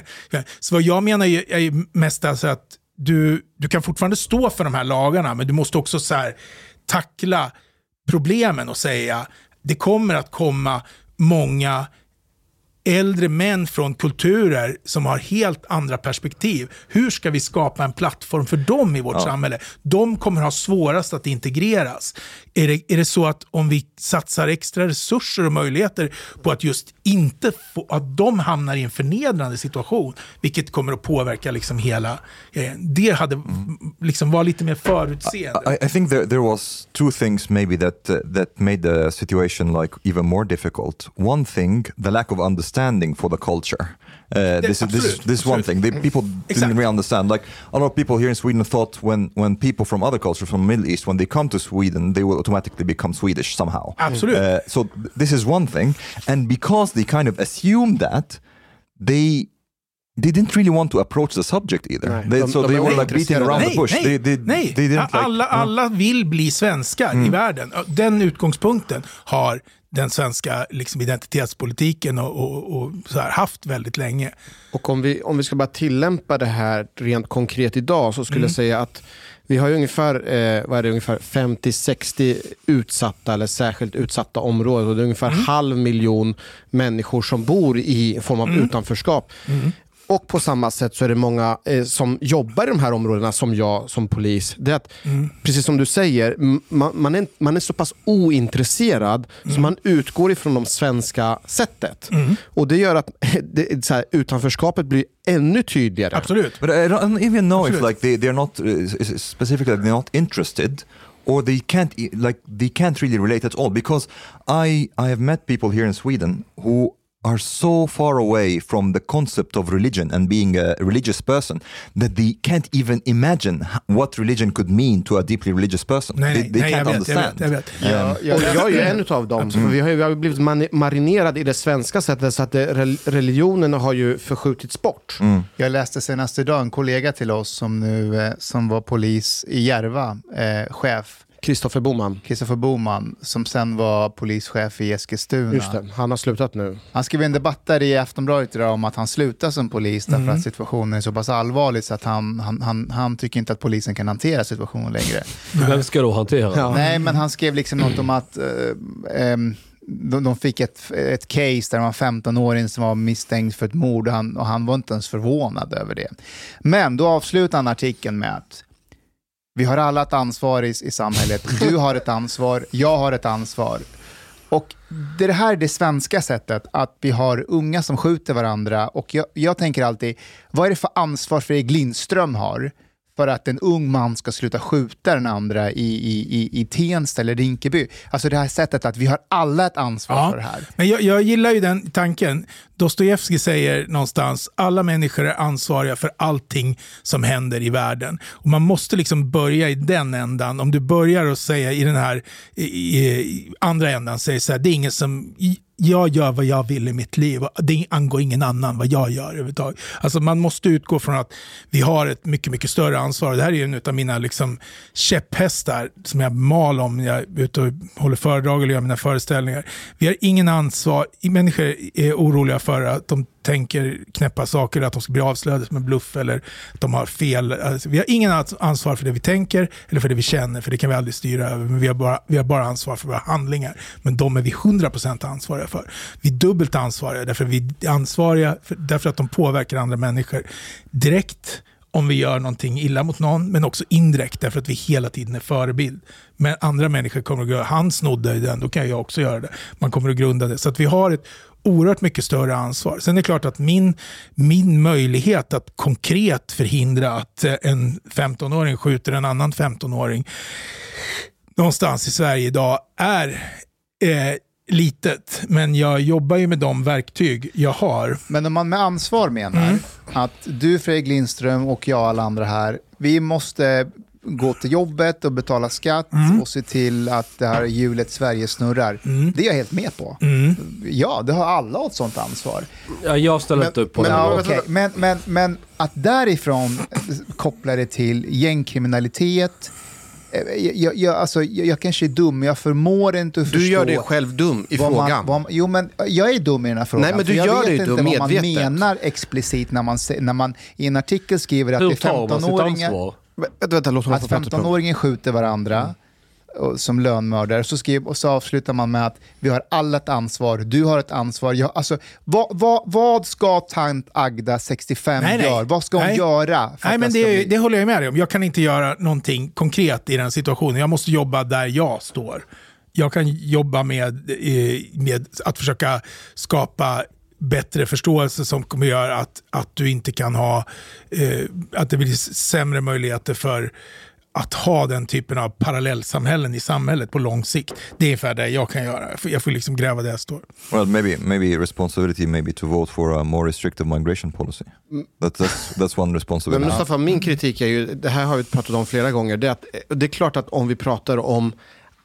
Så vad jag menar är, är mest alltså att Du, du kan fortfarande stå för de här lagarna, men du måste också så här, tackla problemen och säga, det kommer att komma många äldre män från kulturer som har helt andra perspektiv. Hur ska vi skapa en plattform för dem i vårt ja. samhälle? De kommer ha svårast att integreras. Är det, är det så att om vi satsar extra resurser och möjligheter på att just inte få, att de hamnar i en förnedrande situation, vilket kommer att påverka liksom hela, det hade mm. liksom var lite mer förutseende. I, I think there, there was two things maybe that uh, that made the situation like even more difficult. One thing, the lack of understanding for the culture. Uh, this, is, this is this is one thing. They, people exactly. didn't really understand. Like a lot of people here in Sweden thought when when people from other cultures from the Middle East, when they come to Sweden, they will automatically become Swedish somehow. Absolutely. Uh, so th- this is one thing, and because they kind of assumed that, they they didn't really want to approach the subject either. Nej, they, de, so de they var were like beating around nej, the bush. Nej, they, they, nej. They didn't alla, like, alla vill bli svenskar mm. i världen. Den utgångspunkten har den svenska liksom, identitetspolitiken och, och, och så här, haft väldigt länge. Och om vi, om vi ska bara tillämpa det här rent konkret idag så skulle mm. jag säga att vi har ju ungefär, eh, vad är det, ungefär femtio till sextio utsatta eller särskilt utsatta områden och det är ungefär mm. halv miljon människor som bor i form av mm. utanförskap. Mm. Och på samma sätt så är det många eh, som jobbar i de här områdena som jag som polis. Det är att, mm. precis som du säger, man, man, är, man är så pass ointresserad mm. så man utgår ifrån de svenska sättet. Mm. Och det gör att det, så här, utanförskapet blir ännu tydligare. Absolut. But I don't even know Absolut. if like they they're not uh, specifically they're not interested. Or they can't like they can't really relate at all because I I have met people here in Sweden who are so far away from the concept of religion and being a religious person that they can't even imagine what religion could mean to a deeply religious person. Nej, they they nej, can't jag vet, understand. Jag vet, jag vet. Um, ja, och jag är ju en av dem. För vi har ju vi har blivit marinerade i det svenska sättet så att det, religionen har ju förskjutits bort. Mm. Jag läste senast idag en kollega till oss som nu som var polis i Järva, eh, chef. Kristoffer Boman. Kristoffer Boman, som sen var polischef i Eskilstuna. Just det, han har slutat nu. Han skrev en debatt där i Aftonbladet idag om att han slutar som polis därför mm. att situationen är så pass allvarlig så att han, han, han, han tycker inte att polisen kan hantera situationen längre. Vem ska då hantera? Ja. Nej, men han skrev liksom något om att äh, äh, de, de fick ett, ett case där det var en femton-åring som var misstänkt för ett mord och han, och han var inte ens förvånad över det. Men då avslutar han artikeln med att vi har alla ett ansvar i, i samhället. Du har ett ansvar, jag har ett ansvar. Och det, det här är det svenska sättet att vi har unga som skjuter varandra. Och jag, jag tänker alltid, vad är det för ansvar Fredrik Lindström har för att en ung man ska sluta skjuta den andra i, i, i, i Tensta eller Rinkeby? Alltså det här sättet att vi har alla ett ansvar ja, för det här. Men jag, jag gillar ju den tanken. Dostojevskij säger någonstans, alla människor är ansvariga för allting som händer i världen. Och man måste liksom börja i den ändan. Om du börjar att säga i den här i, i andra ändan, säger så här, det är ingen som... jag gör vad jag vill i mitt liv. Det angår ingen annan vad jag gör överhuvudtaget. Alltså man måste utgå från att vi har ett mycket, mycket större ansvar. Det här är ju en av mina liksom käpphästar som jag mal om när jag är ute och håller föredrag eller gör mina föreställningar. Vi har ingen ansvar. Människor är oroliga för att de tänker knäppa saker, att de ska bli avslöjade som en bluff eller att de har fel. Alltså, vi har ingen ansvar för det vi tänker eller för det vi känner, för det kan vi aldrig styra över. Men vi har bara, vi har bara ansvar för våra handlingar. Men de är vi hundra procent ansvariga för. Vi är dubbelt ansvariga därför att vi är ansvariga för, därför att de påverkar andra människor direkt om vi gör någonting illa mot någon, men också indirekt därför att vi hela tiden är förebild. Men andra människor kommer att göra, han snodde den, då kan jag också göra det. Man kommer att grunda det. Så att vi har ett oerhört mycket större ansvar. Sen är det klart att min, min möjlighet att konkret förhindra att en femton-åring skjuter en annan femton-åring någonstans i Sverige idag är eh, litet, men jag jobbar ju med de verktyg jag har. Men om man med ansvar menar mm. att du, Fredrik Lindström och jag alla andra här, vi måste gå till jobbet och betala skatt mm. och se till att det här hjulet Sverige snurrar. Mm. Det är jag helt med på. Mm. Ja, det har alla ett sånt ansvar. Ja, jag ställer men, inte upp på men, det. Ja, okay. men, men, men att därifrån koppla det till gängkriminalitet. Jag, jag, alltså, jag, jag kanske är dum, men jag förmår inte att förstå. Du gör dig själv dum i vad frågan. Man, vad, jo, men jag är dum i den här frågan. Nej, men du jag gör vet dig inte dum vad medvetet. man menar explicit när man, när man i en artikel skriver att Hur det är femton-åringar vänta, vänta, låt att femton-åringen skjuter varandra mm. och, som lönnmördare. Så, skriv, och så avslutar man med att vi har alla ett ansvar. Du har ett ansvar. Jag, alltså, vad, vad, vad ska tant Agda sextiofem nej, nej. göra? Vad ska hon nej. göra? För nej, men det, bli... det håller jag med om. Jag kan inte göra någonting konkret i den situationen. Jag måste jobba där jag står. Jag kan jobba med, med att försöka skapa bättre förståelse som kommer göra att, att du inte kan ha eh, att det blir sämre möjligheter för att ha den typen av parallellsamhällen i samhället på lång sikt. Det är ungefär det jag kan göra. Jag får, jag får liksom gräva där jag står. Well, maybe maybe responsibility maybe to vote for a more restrictive migration policy. That, that's, that's one responsibility. Men Mustafa, min kritik är ju, det här har vi pratat om flera gånger, det är, att, det är klart att om vi pratar om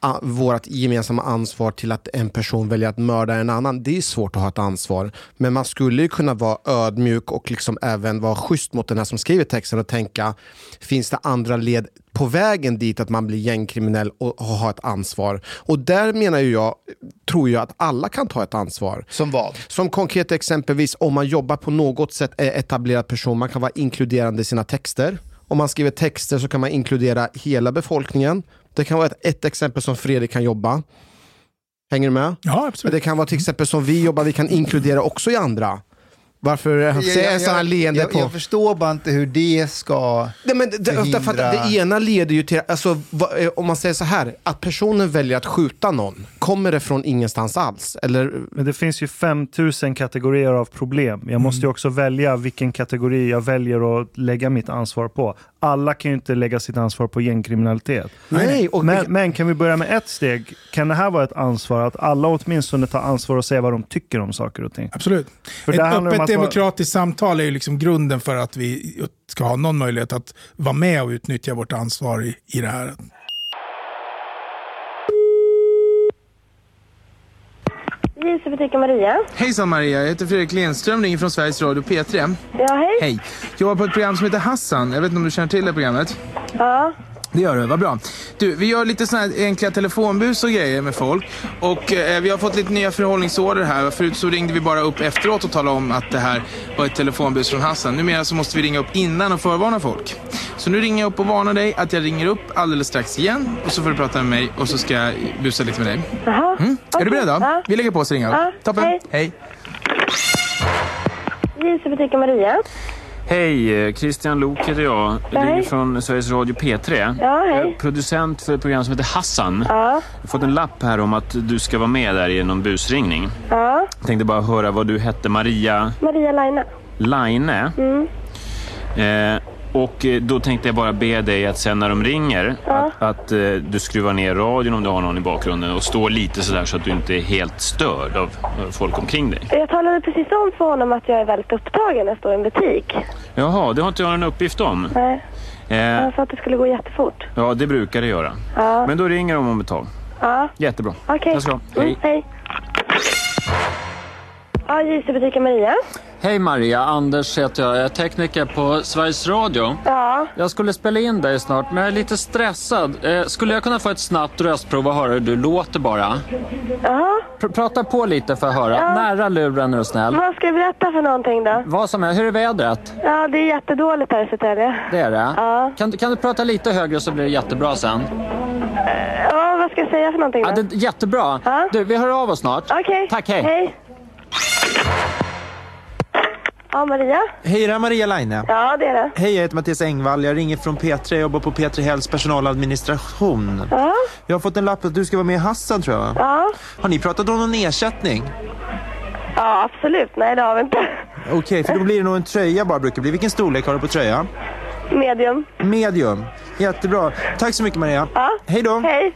a, vårt gemensamma ansvar till att en person väljer att mörda en annan. Det är svårt att ha ett ansvar. Men man skulle ju kunna vara ödmjuk och liksom även vara schysst mot den här som skriver texten och tänka, finns det andra led på vägen dit att man blir gängkriminell och, och har ett ansvar? Och där menar ju jag, tror jag att alla kan ta ett ansvar. Som vad? Som konkret exempelvis om man jobbar på något sätt är etablerad person, man kan vara inkluderande i sina texter. Om man skriver texter så kan man inkludera hela befolkningen. Det kan vara ett, ett exempel som Fredrik kan jobba. Hänger du med? Ja, absolut. Det kan vara till exempel som vi jobbar, vi kan inkludera också i andra. Varför han säger sådana leende jag, på... Jag förstår bara inte hur det ska Nej, men det, därför att det ena leder ju till... Alltså, om man säger så här, att personen väljer att skjuta någon, kommer det från ingenstans alls? Eller... Men det finns ju femtusen kategorier av problem. Jag måste ju också välja vilken kategori jag väljer att lägga mitt ansvar på. Alla kan ju inte lägga sitt ansvar på gängkriminalitet. Nej, och men, men kan vi börja med ett steg? Kan det här vara ett ansvar att alla åtminstone tar ansvar och säger vad de tycker om saker och ting? Absolut. För ett öppet att demokratiskt vara... samtal är ju liksom grunden för att vi ska ha någon möjlighet att vara med och utnyttja vårt ansvar i, i det här. Ljusbutiken Maria. Hejsan Maria, jag heter Fredrik Lindström, ringer från Sveriges Radio P tre. Ja, hej. Hej. Jag var på ett program som heter Hassan. Jag vet inte om du känner till det programmet? Ja. Det gör du, vad bra. Du, vi gör lite såna här enkla telefonbus och grejer med folk. Och eh, vi har fått lite nya förhållningsorder här. Förut så ringde vi bara upp efteråt och talade om att det här var ett telefonbus från Hassan. Numera så måste vi ringa upp innan och förvarna folk. Så nu ringer jag upp och varnar dig att jag ringer upp alldeles strax igen. Och så får du prata med mig och så ska jag busa lite med dig. Jaha. Mm. Är Okay. du beredd då? Ja. Vi lägger på oss och ringer upp. Ja. Toppen. Hej. Hej. Ljusbutiken Maria. Hej, Christian Lok heter jag. Jag ringer från Sveriges Radio P tre. Ja, hej. Producent för ett program som heter Hassan. Ja. Jag har fått en lapp här om att du ska vara med där i någon busringning. Ja. Jag tänkte bara höra vad du hette. Maria... Maria Laine. Laine. Mm. Eh, och då tänkte jag bara be dig att sen när de ringer ja. att, att eh, du skruvar ner radion om du har någon i bakgrunden och står lite sådär så att du inte är helt störd av folk omkring dig. Jag talade precis om för honom att jag är väldigt upptagen när jag står i en butik. Jaha, det har inte jag någon uppgift om. Nej. Eh, Han sa att det skulle gå jättefort. ja, det brukar det göra. Ja. Men då ringer de om ett tag. Ja. Jättebra. Okej. Okay. Jag ska. Hej. Mm, hej. Ja, Ljusbutiken Maria. Hej Maria, Anders heter jag. Jag är tekniker på Sveriges Radio. Ja. Jag skulle spela in dig snart, men jag är lite stressad. Eh, skulle jag kunna få ett snabbt röstprov och höra hur du låter bara? Ja. Pr- prata på lite för att höra. Ja. Nära luren är du snäll. Vad ska jag berätta för någonting då? Vad som är. Hur är vädret? Ja, det är jättedåligt här i Södertälje. Det är det? Ja. Kan, kan du prata lite högre så blir det jättebra sen? Ja, vad ska jag säga för någonting då? Ja, det är jättebra. Ja. Du, vi hör av oss snart. Okej. Okay. Tack, hej. Hej. Ja, Maria. Hej, det är Maria Laine. Ja, det är det. Hej, jag heter Mattias Engvall. Jag ringer från P tre. Jag jobbar på P tre Hälls personaladministration. Ja. Jag har fått en lapp att du ska vara med i Hassan, tror jag. Ja. Har ni pratat om någon ersättning? Ja, absolut. Nej, det har vi inte. Okej, okay, för då blir det nog en tröja bara brukar bli. Vilken storlek har du på tröja? Medium. Medium. Jättebra. Tack så mycket, Maria. Ja. Hej då. Hej.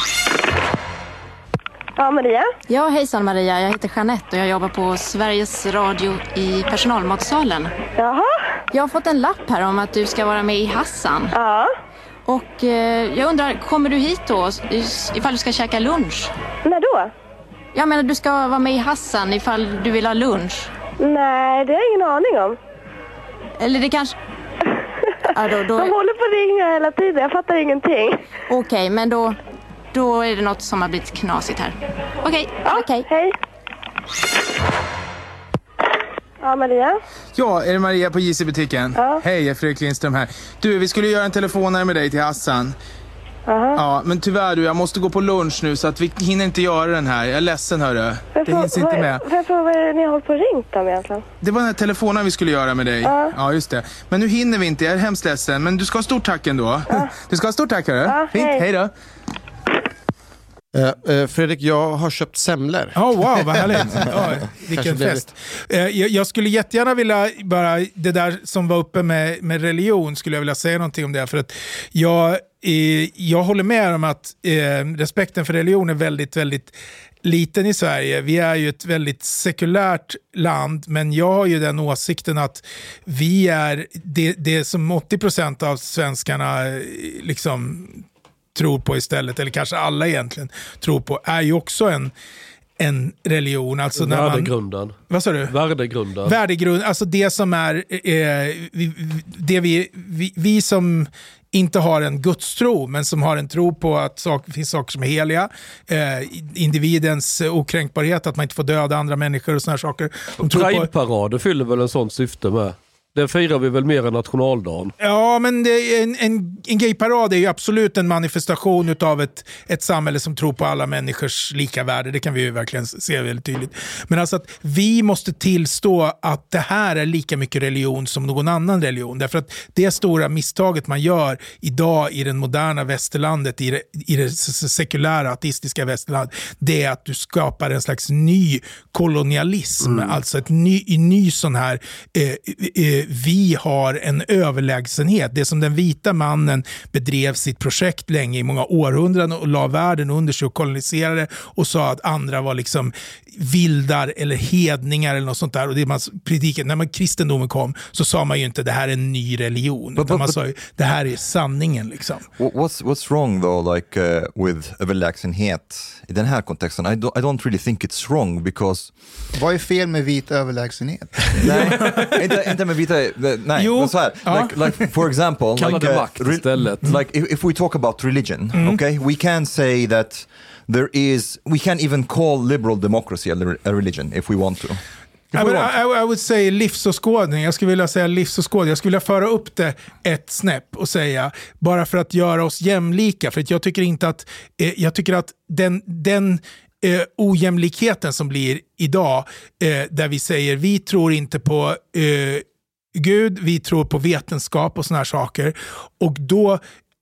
Ja, Maria. Ja, hejsan Maria. Jag heter Jeanette och jag jobbar på Sveriges Radio i personalmatsalen. Jaha. Jag har fått en lapp här om att du ska vara med i Hassan. Ja. Och eh, jag undrar, kommer du hit då ifall du ska käka lunch? När då? Jag menar, du ska vara med i Hassan ifall du vill ha lunch. Nej, det har jag ingen aning om. Eller det kanske... Ja, då, då... De håller på att ringa hela tiden, jag fattar ingenting. Okej, okay, men då... Då är det något som har blivit knasigt här. Okej, okay, ja, okej. Okay. Hej. Ja, Maria. Ja, är det Maria på J C-butiken? Ja. Hej, jag är Fredrik Lindström här. Du, vi skulle göra en telefonare med dig till Hassan. Uh-huh. Ja, men tyvärr du, jag måste gå på lunch nu så att vi hinner inte göra den här. Jag är ledsen, hörru. Det hinns inte med. Får jag fråga vad ni har hållit på ringt om egentligen? Det var den här telefonen vi skulle göra med dig. Uh-huh. Ja, just det. Men nu hinner vi inte, jag är hemskt ledsen. Men du ska ha stort tack ändå. Uh-huh. Du ska ha stort tack, hörru. Uh-huh. Fint, hej, hej då. Uh, uh, Fredrik, jag har köpt semlor. Oh, wow, vad härligt. Oh, vilken fest. Uh, jag, jag skulle jättegärna vilja, bara det där som var uppe med, med religion, skulle jag vilja säga någonting om det. För att jag, eh, jag håller med om att eh, respekten för religion är väldigt, väldigt liten i Sverige. Vi är ju ett väldigt sekulärt land, men jag har ju den åsikten att vi är det, det som åttio procent av svenskarna liksom tror på istället, eller kanske alla egentligen tror på, är ju också en en religion. Alltså när man, värdegrunden. Vad sa du? Värdegrunden. Värdegrund, alltså det som är eh, vi, det vi, vi, vi som inte har en gudstro, men som har en tro på att sak, det finns saker som är heliga, eh, individens okränkbarhet, att man inte får döda andra människor och såna här saker. Pride-parader fyller väl en sån syfte med? Den firar vi väl mer än nationaldagen? Ja, men det är en, en, en gayparad är ju absolut en manifestation av ett, ett samhälle som tror på alla människors lika värde. Det kan vi ju verkligen se väldigt tydligt. Men alltså att vi måste tillstå att det här är lika mycket religion som någon annan religion. Därför att det stora misstaget man gör idag i den moderna västerlandet, i det, i det sekulära ateistiska västerlandet, det är att du skapar en slags ny kolonialism. Mm. Alltså ett ny, en ny sån här eh, eh, vi har en överlägsenhet. Det som den vita mannen bedrev sitt projekt länge i många århundraden och la världen under sig och koloniserade och sa att andra var liksom vildar eller hedningar eller något sånt där. Och det man prediken, när man kristendomen kom så sa man ju inte det här är en ny religion. But, but, man sa ju det här är sanningen liksom. What's, what's wrong though like uh, with överlägsenhet i den här kontexten? I don't, I don't really think it's wrong because... Vad är fel med vit överlägsenhet? Nej, inte, inte med vita... Nej, jo, så här. ja. Like, like, for example... Kalla like, det uh, makt istället. Like if, if we talk about religion, mm. okay, we can say that there is... We can even call liberal democracy a, a religion if we want to. I would, I, I would say livsåskådning. Jag skulle vilja säga livsåskådning. Jag skulle vilja föra upp det ett snäpp och säga bara för att göra oss jämlika. För att jag tycker inte att eh, jag tycker att den, den eh, ojämlikheten som blir idag eh, där vi säger vi tror inte på eh, Gud, vi tror på vetenskap och såna här saker. Och då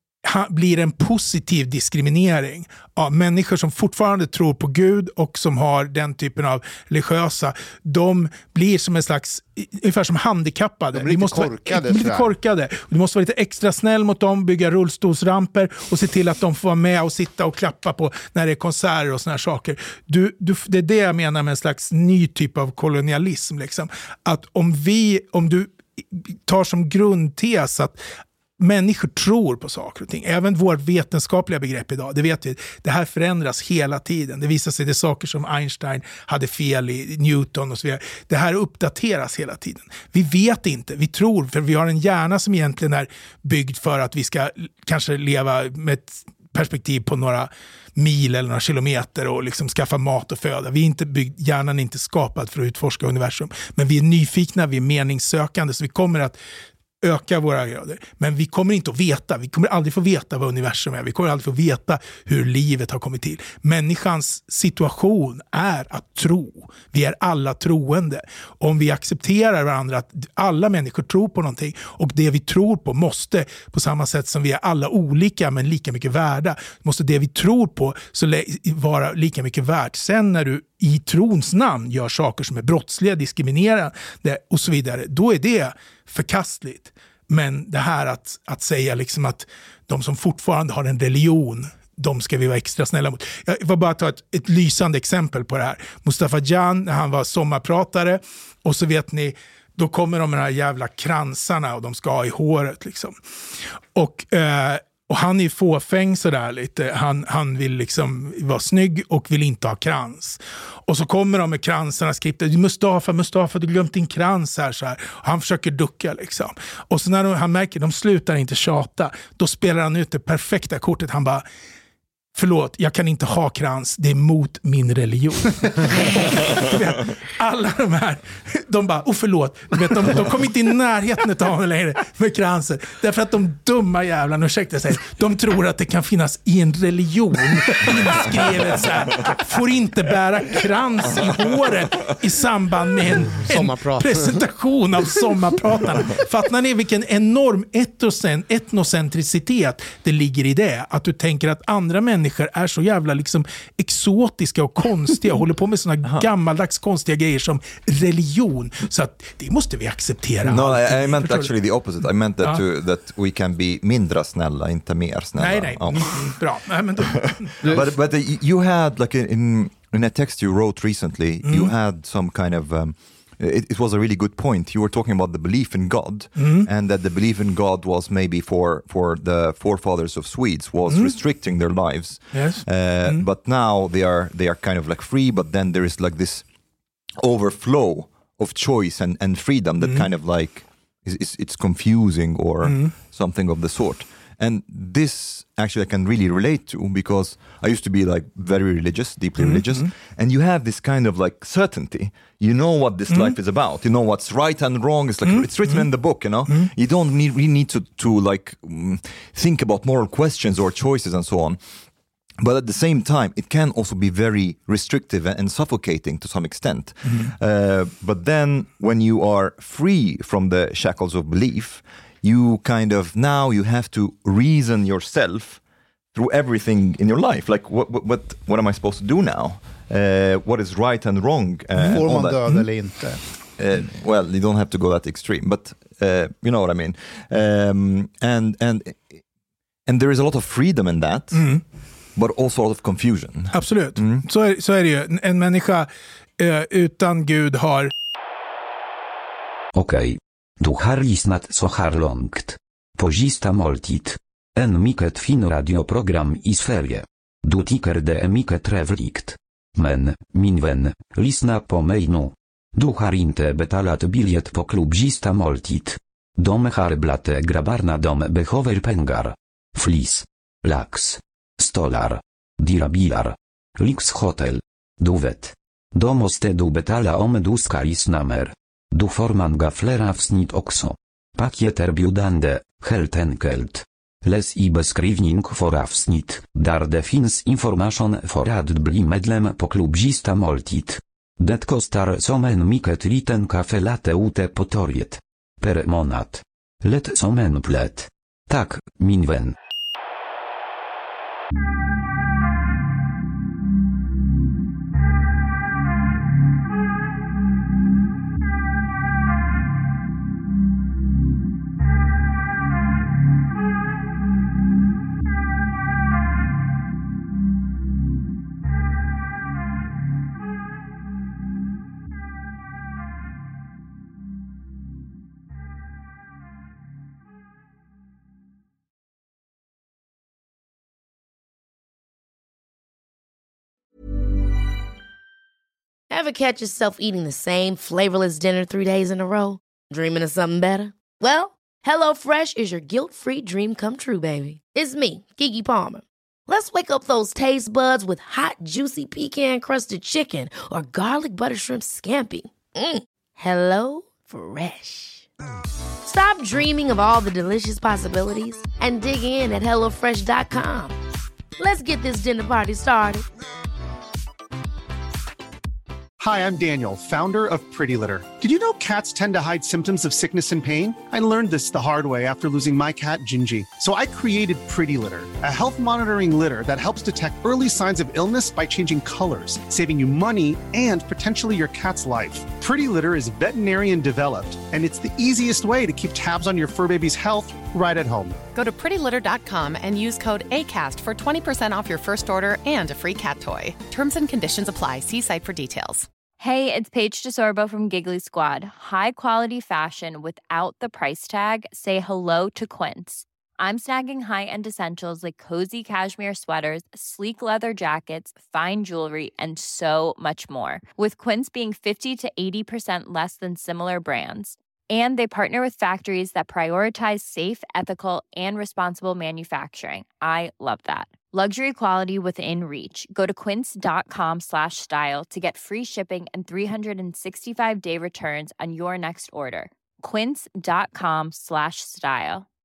blir en positiv diskriminering av människor som fortfarande tror på Gud och som har den typen av religiösa. De blir som en slags, ungefär som handikappade. De blir lite måste korkade. Vara, lite korkade. Du måste vara lite extra snäll mot dem, bygga rullstolsramper och se till att de får vara med och sitta och klappa på när det är konserter och såna här saker. Du, du, det är det jag menar med en slags ny typ av kolonialism. Liksom. Att om vi, om du tar som grundtes att människor tror på saker och ting. Även vårt vetenskapliga begrepp idag, det vet vi, det här förändras hela tiden. Det visar sig det är saker som Einstein hade fel i, Newton och så vidare. Det här uppdateras hela tiden. Vi vet inte, vi tror, för vi har en hjärna som egentligen är byggd för att vi ska kanske leva med ett perspektiv på några mil eller några kilometer och liksom skaffa mat och föda. Vi är inte byggd, hjärnan är inte skapad för att utforska universum. Men vi är nyfikna, vi är meningssökande, så vi kommer att öka våra grader. Men vi kommer inte att veta, vi kommer aldrig få veta vad universum är. Vi kommer aldrig få veta hur livet har kommit till. Människans situation är att tro. Vi är alla troende. Om vi accepterar varandra att alla människor tror på någonting och det vi tror på måste, på samma sätt som vi är alla olika men lika mycket värda, måste det vi tror på så vara lika mycket värt. Sen när du i trons namn gör saker som är brottsliga, diskriminerande och så vidare, då är det förkastligt. Men det här att, att säga liksom att de som fortfarande har en religion, de ska vi vara extra snälla mot. Jag vill bara ta ett, ett lysande exempel på det här. Mustafa Can, när han var sommarpratare, och så vet ni, då kommer de med de här jävla kransarna och de ska ha i håret liksom. Och eh, Och han är fåfäng sådär lite. Han, han vill liksom vara snygg och vill inte ha krans. Och så kommer de med kransarna skriptet. Mustafa, Mustafa, du glömt din krans här. Så här. Och han försöker ducka liksom. Och så när de, han märker de slutar inte tjata, då spelar han ut det perfekta kortet. Han bara, förlåt, jag kan inte ha krans. Det är mot min religion. Alla de här, de bara, oh förlåt. Du vet, de, de kom inte i närheten av honom längre med kransen. Därför att de dumma jävlarna, ursäkta sig, de tror att det kan finnas i en religion inskrivet så här, får inte bära krans i håret i samband med en, en presentation av sommarpratarna. Fattar ni vilken enorm etnocentricitet det ligger i det? Att du tänker att andra människor är så jävla liksom exotiska och konstiga och håller på med såna gammaldags konstiga grejer som religion, så att det måste vi acceptera. No, I, I meant actually the opposite. I meant that, ja. to, that we can be mindre snälla, inte mer snälla. Nej, nej, oh. mm, bra. Nej, men då. but but uh, you had like in in a text you wrote recently, mm. you had some kind of um, it, it was a really good point. You were talking about the belief in God, Mm. and that the belief in God was maybe for for the forefathers of Swedes was Mm. restricting their lives. Yes. Uh, Mm. But now they are they are kind of like free. But then there is like this overflow of choice and, and freedom that Mm. kind of like is, is it's confusing or Mm. something of the sort. And this actually I can really relate to, because I used to be like very religious, deeply Mm, religious, mm. and you have this kind of like certainty. You know what this Mm. life is about. You know what's right and wrong. It's like Mm, it's written mm. in the book. You know, Mm. you don't need really need to to like mm, think about moral questions or choices and so on. But at the same time, it can also be very restrictive and suffocating to some extent. Uh, but then when you are free from the shackles of belief, you kind of now you have to reason yourself through everything in your life. Like, what what what, what am I supposed to do now? Uh, what is right and wrong? Uh, Får all man that. döda eller inte? Uh, well, you don't have to go that extreme, but uh, you know what I mean. Um, and and and there is a lot of freedom in that, Mm. but also a lot of confusion. Absolut, Mm. så, är, så är det ju. En- En människa eh, utan Gud har... Okej. Du har lyssnat så här långt. På sista måltid. En mycket fin radioprogram i Sverige. Du tycker det är mycket trevligt. Men, min vän, lyssna på mig nu. Du har inte betalat biljett på klubb sista måltid. De har blate grabbarna de behöver pengar. Flis. Lax. Stolar. Dirabilar. Lyxhotel. Du vet. Då måste du betala om du ska lyssna mer. Du får många fler avsnitt också. Paket erbjudande, helt enkelt. Läs i beskrivning för avsnitt, där det finns information för att bli medlem på klubb sista måltid. Det kostar som en mycket liten kaffe latte ute på torget. Per månad. Lätt som en plätt. Tack, min vän. Ever catch yourself eating the same flavorless dinner three days in a row? Dreaming of something better? Well, HelloFresh is your guilt-free dream come true, baby. It's me, Keke Palmer. Let's wake up those taste buds with hot, juicy pecan-crusted chicken or garlic butter shrimp scampi. Mm. Hello Fresh. Stop dreaming of all the delicious possibilities and dig in at hello fresh dot com. Let's get this dinner party started. Hi, I'm Daniel, founder of Pretty Litter. Did you know cats tend to hide symptoms of sickness and pain? I learned this the hard way after losing my cat, Gingy. So I created Pretty Litter, a health monitoring litter that helps detect early signs of illness by changing colors, saving you money and potentially your cat's life. Pretty Litter is veterinarian developed, and it's the easiest way to keep tabs on your fur baby's health right at home. Go to pretty litter dot com and use code ACAST for twenty percent off your first order and a free cat toy. Terms and conditions apply. See site for details. Hey, it's Paige DeSorbo from Giggly Squad. High quality fashion without the price tag. Say hello to Quince. I'm snagging high-end essentials like cozy cashmere sweaters, sleek leather jackets, fine jewelry, and so much more. With Quince being fifty to eighty percent less than similar brands. And they partner with factories that prioritize safe, ethical, and responsible manufacturing. I love that. Luxury quality within reach. Go to quince dot com slash style to get free shipping and three sixty-five day returns on your next order. quince dot com slash style.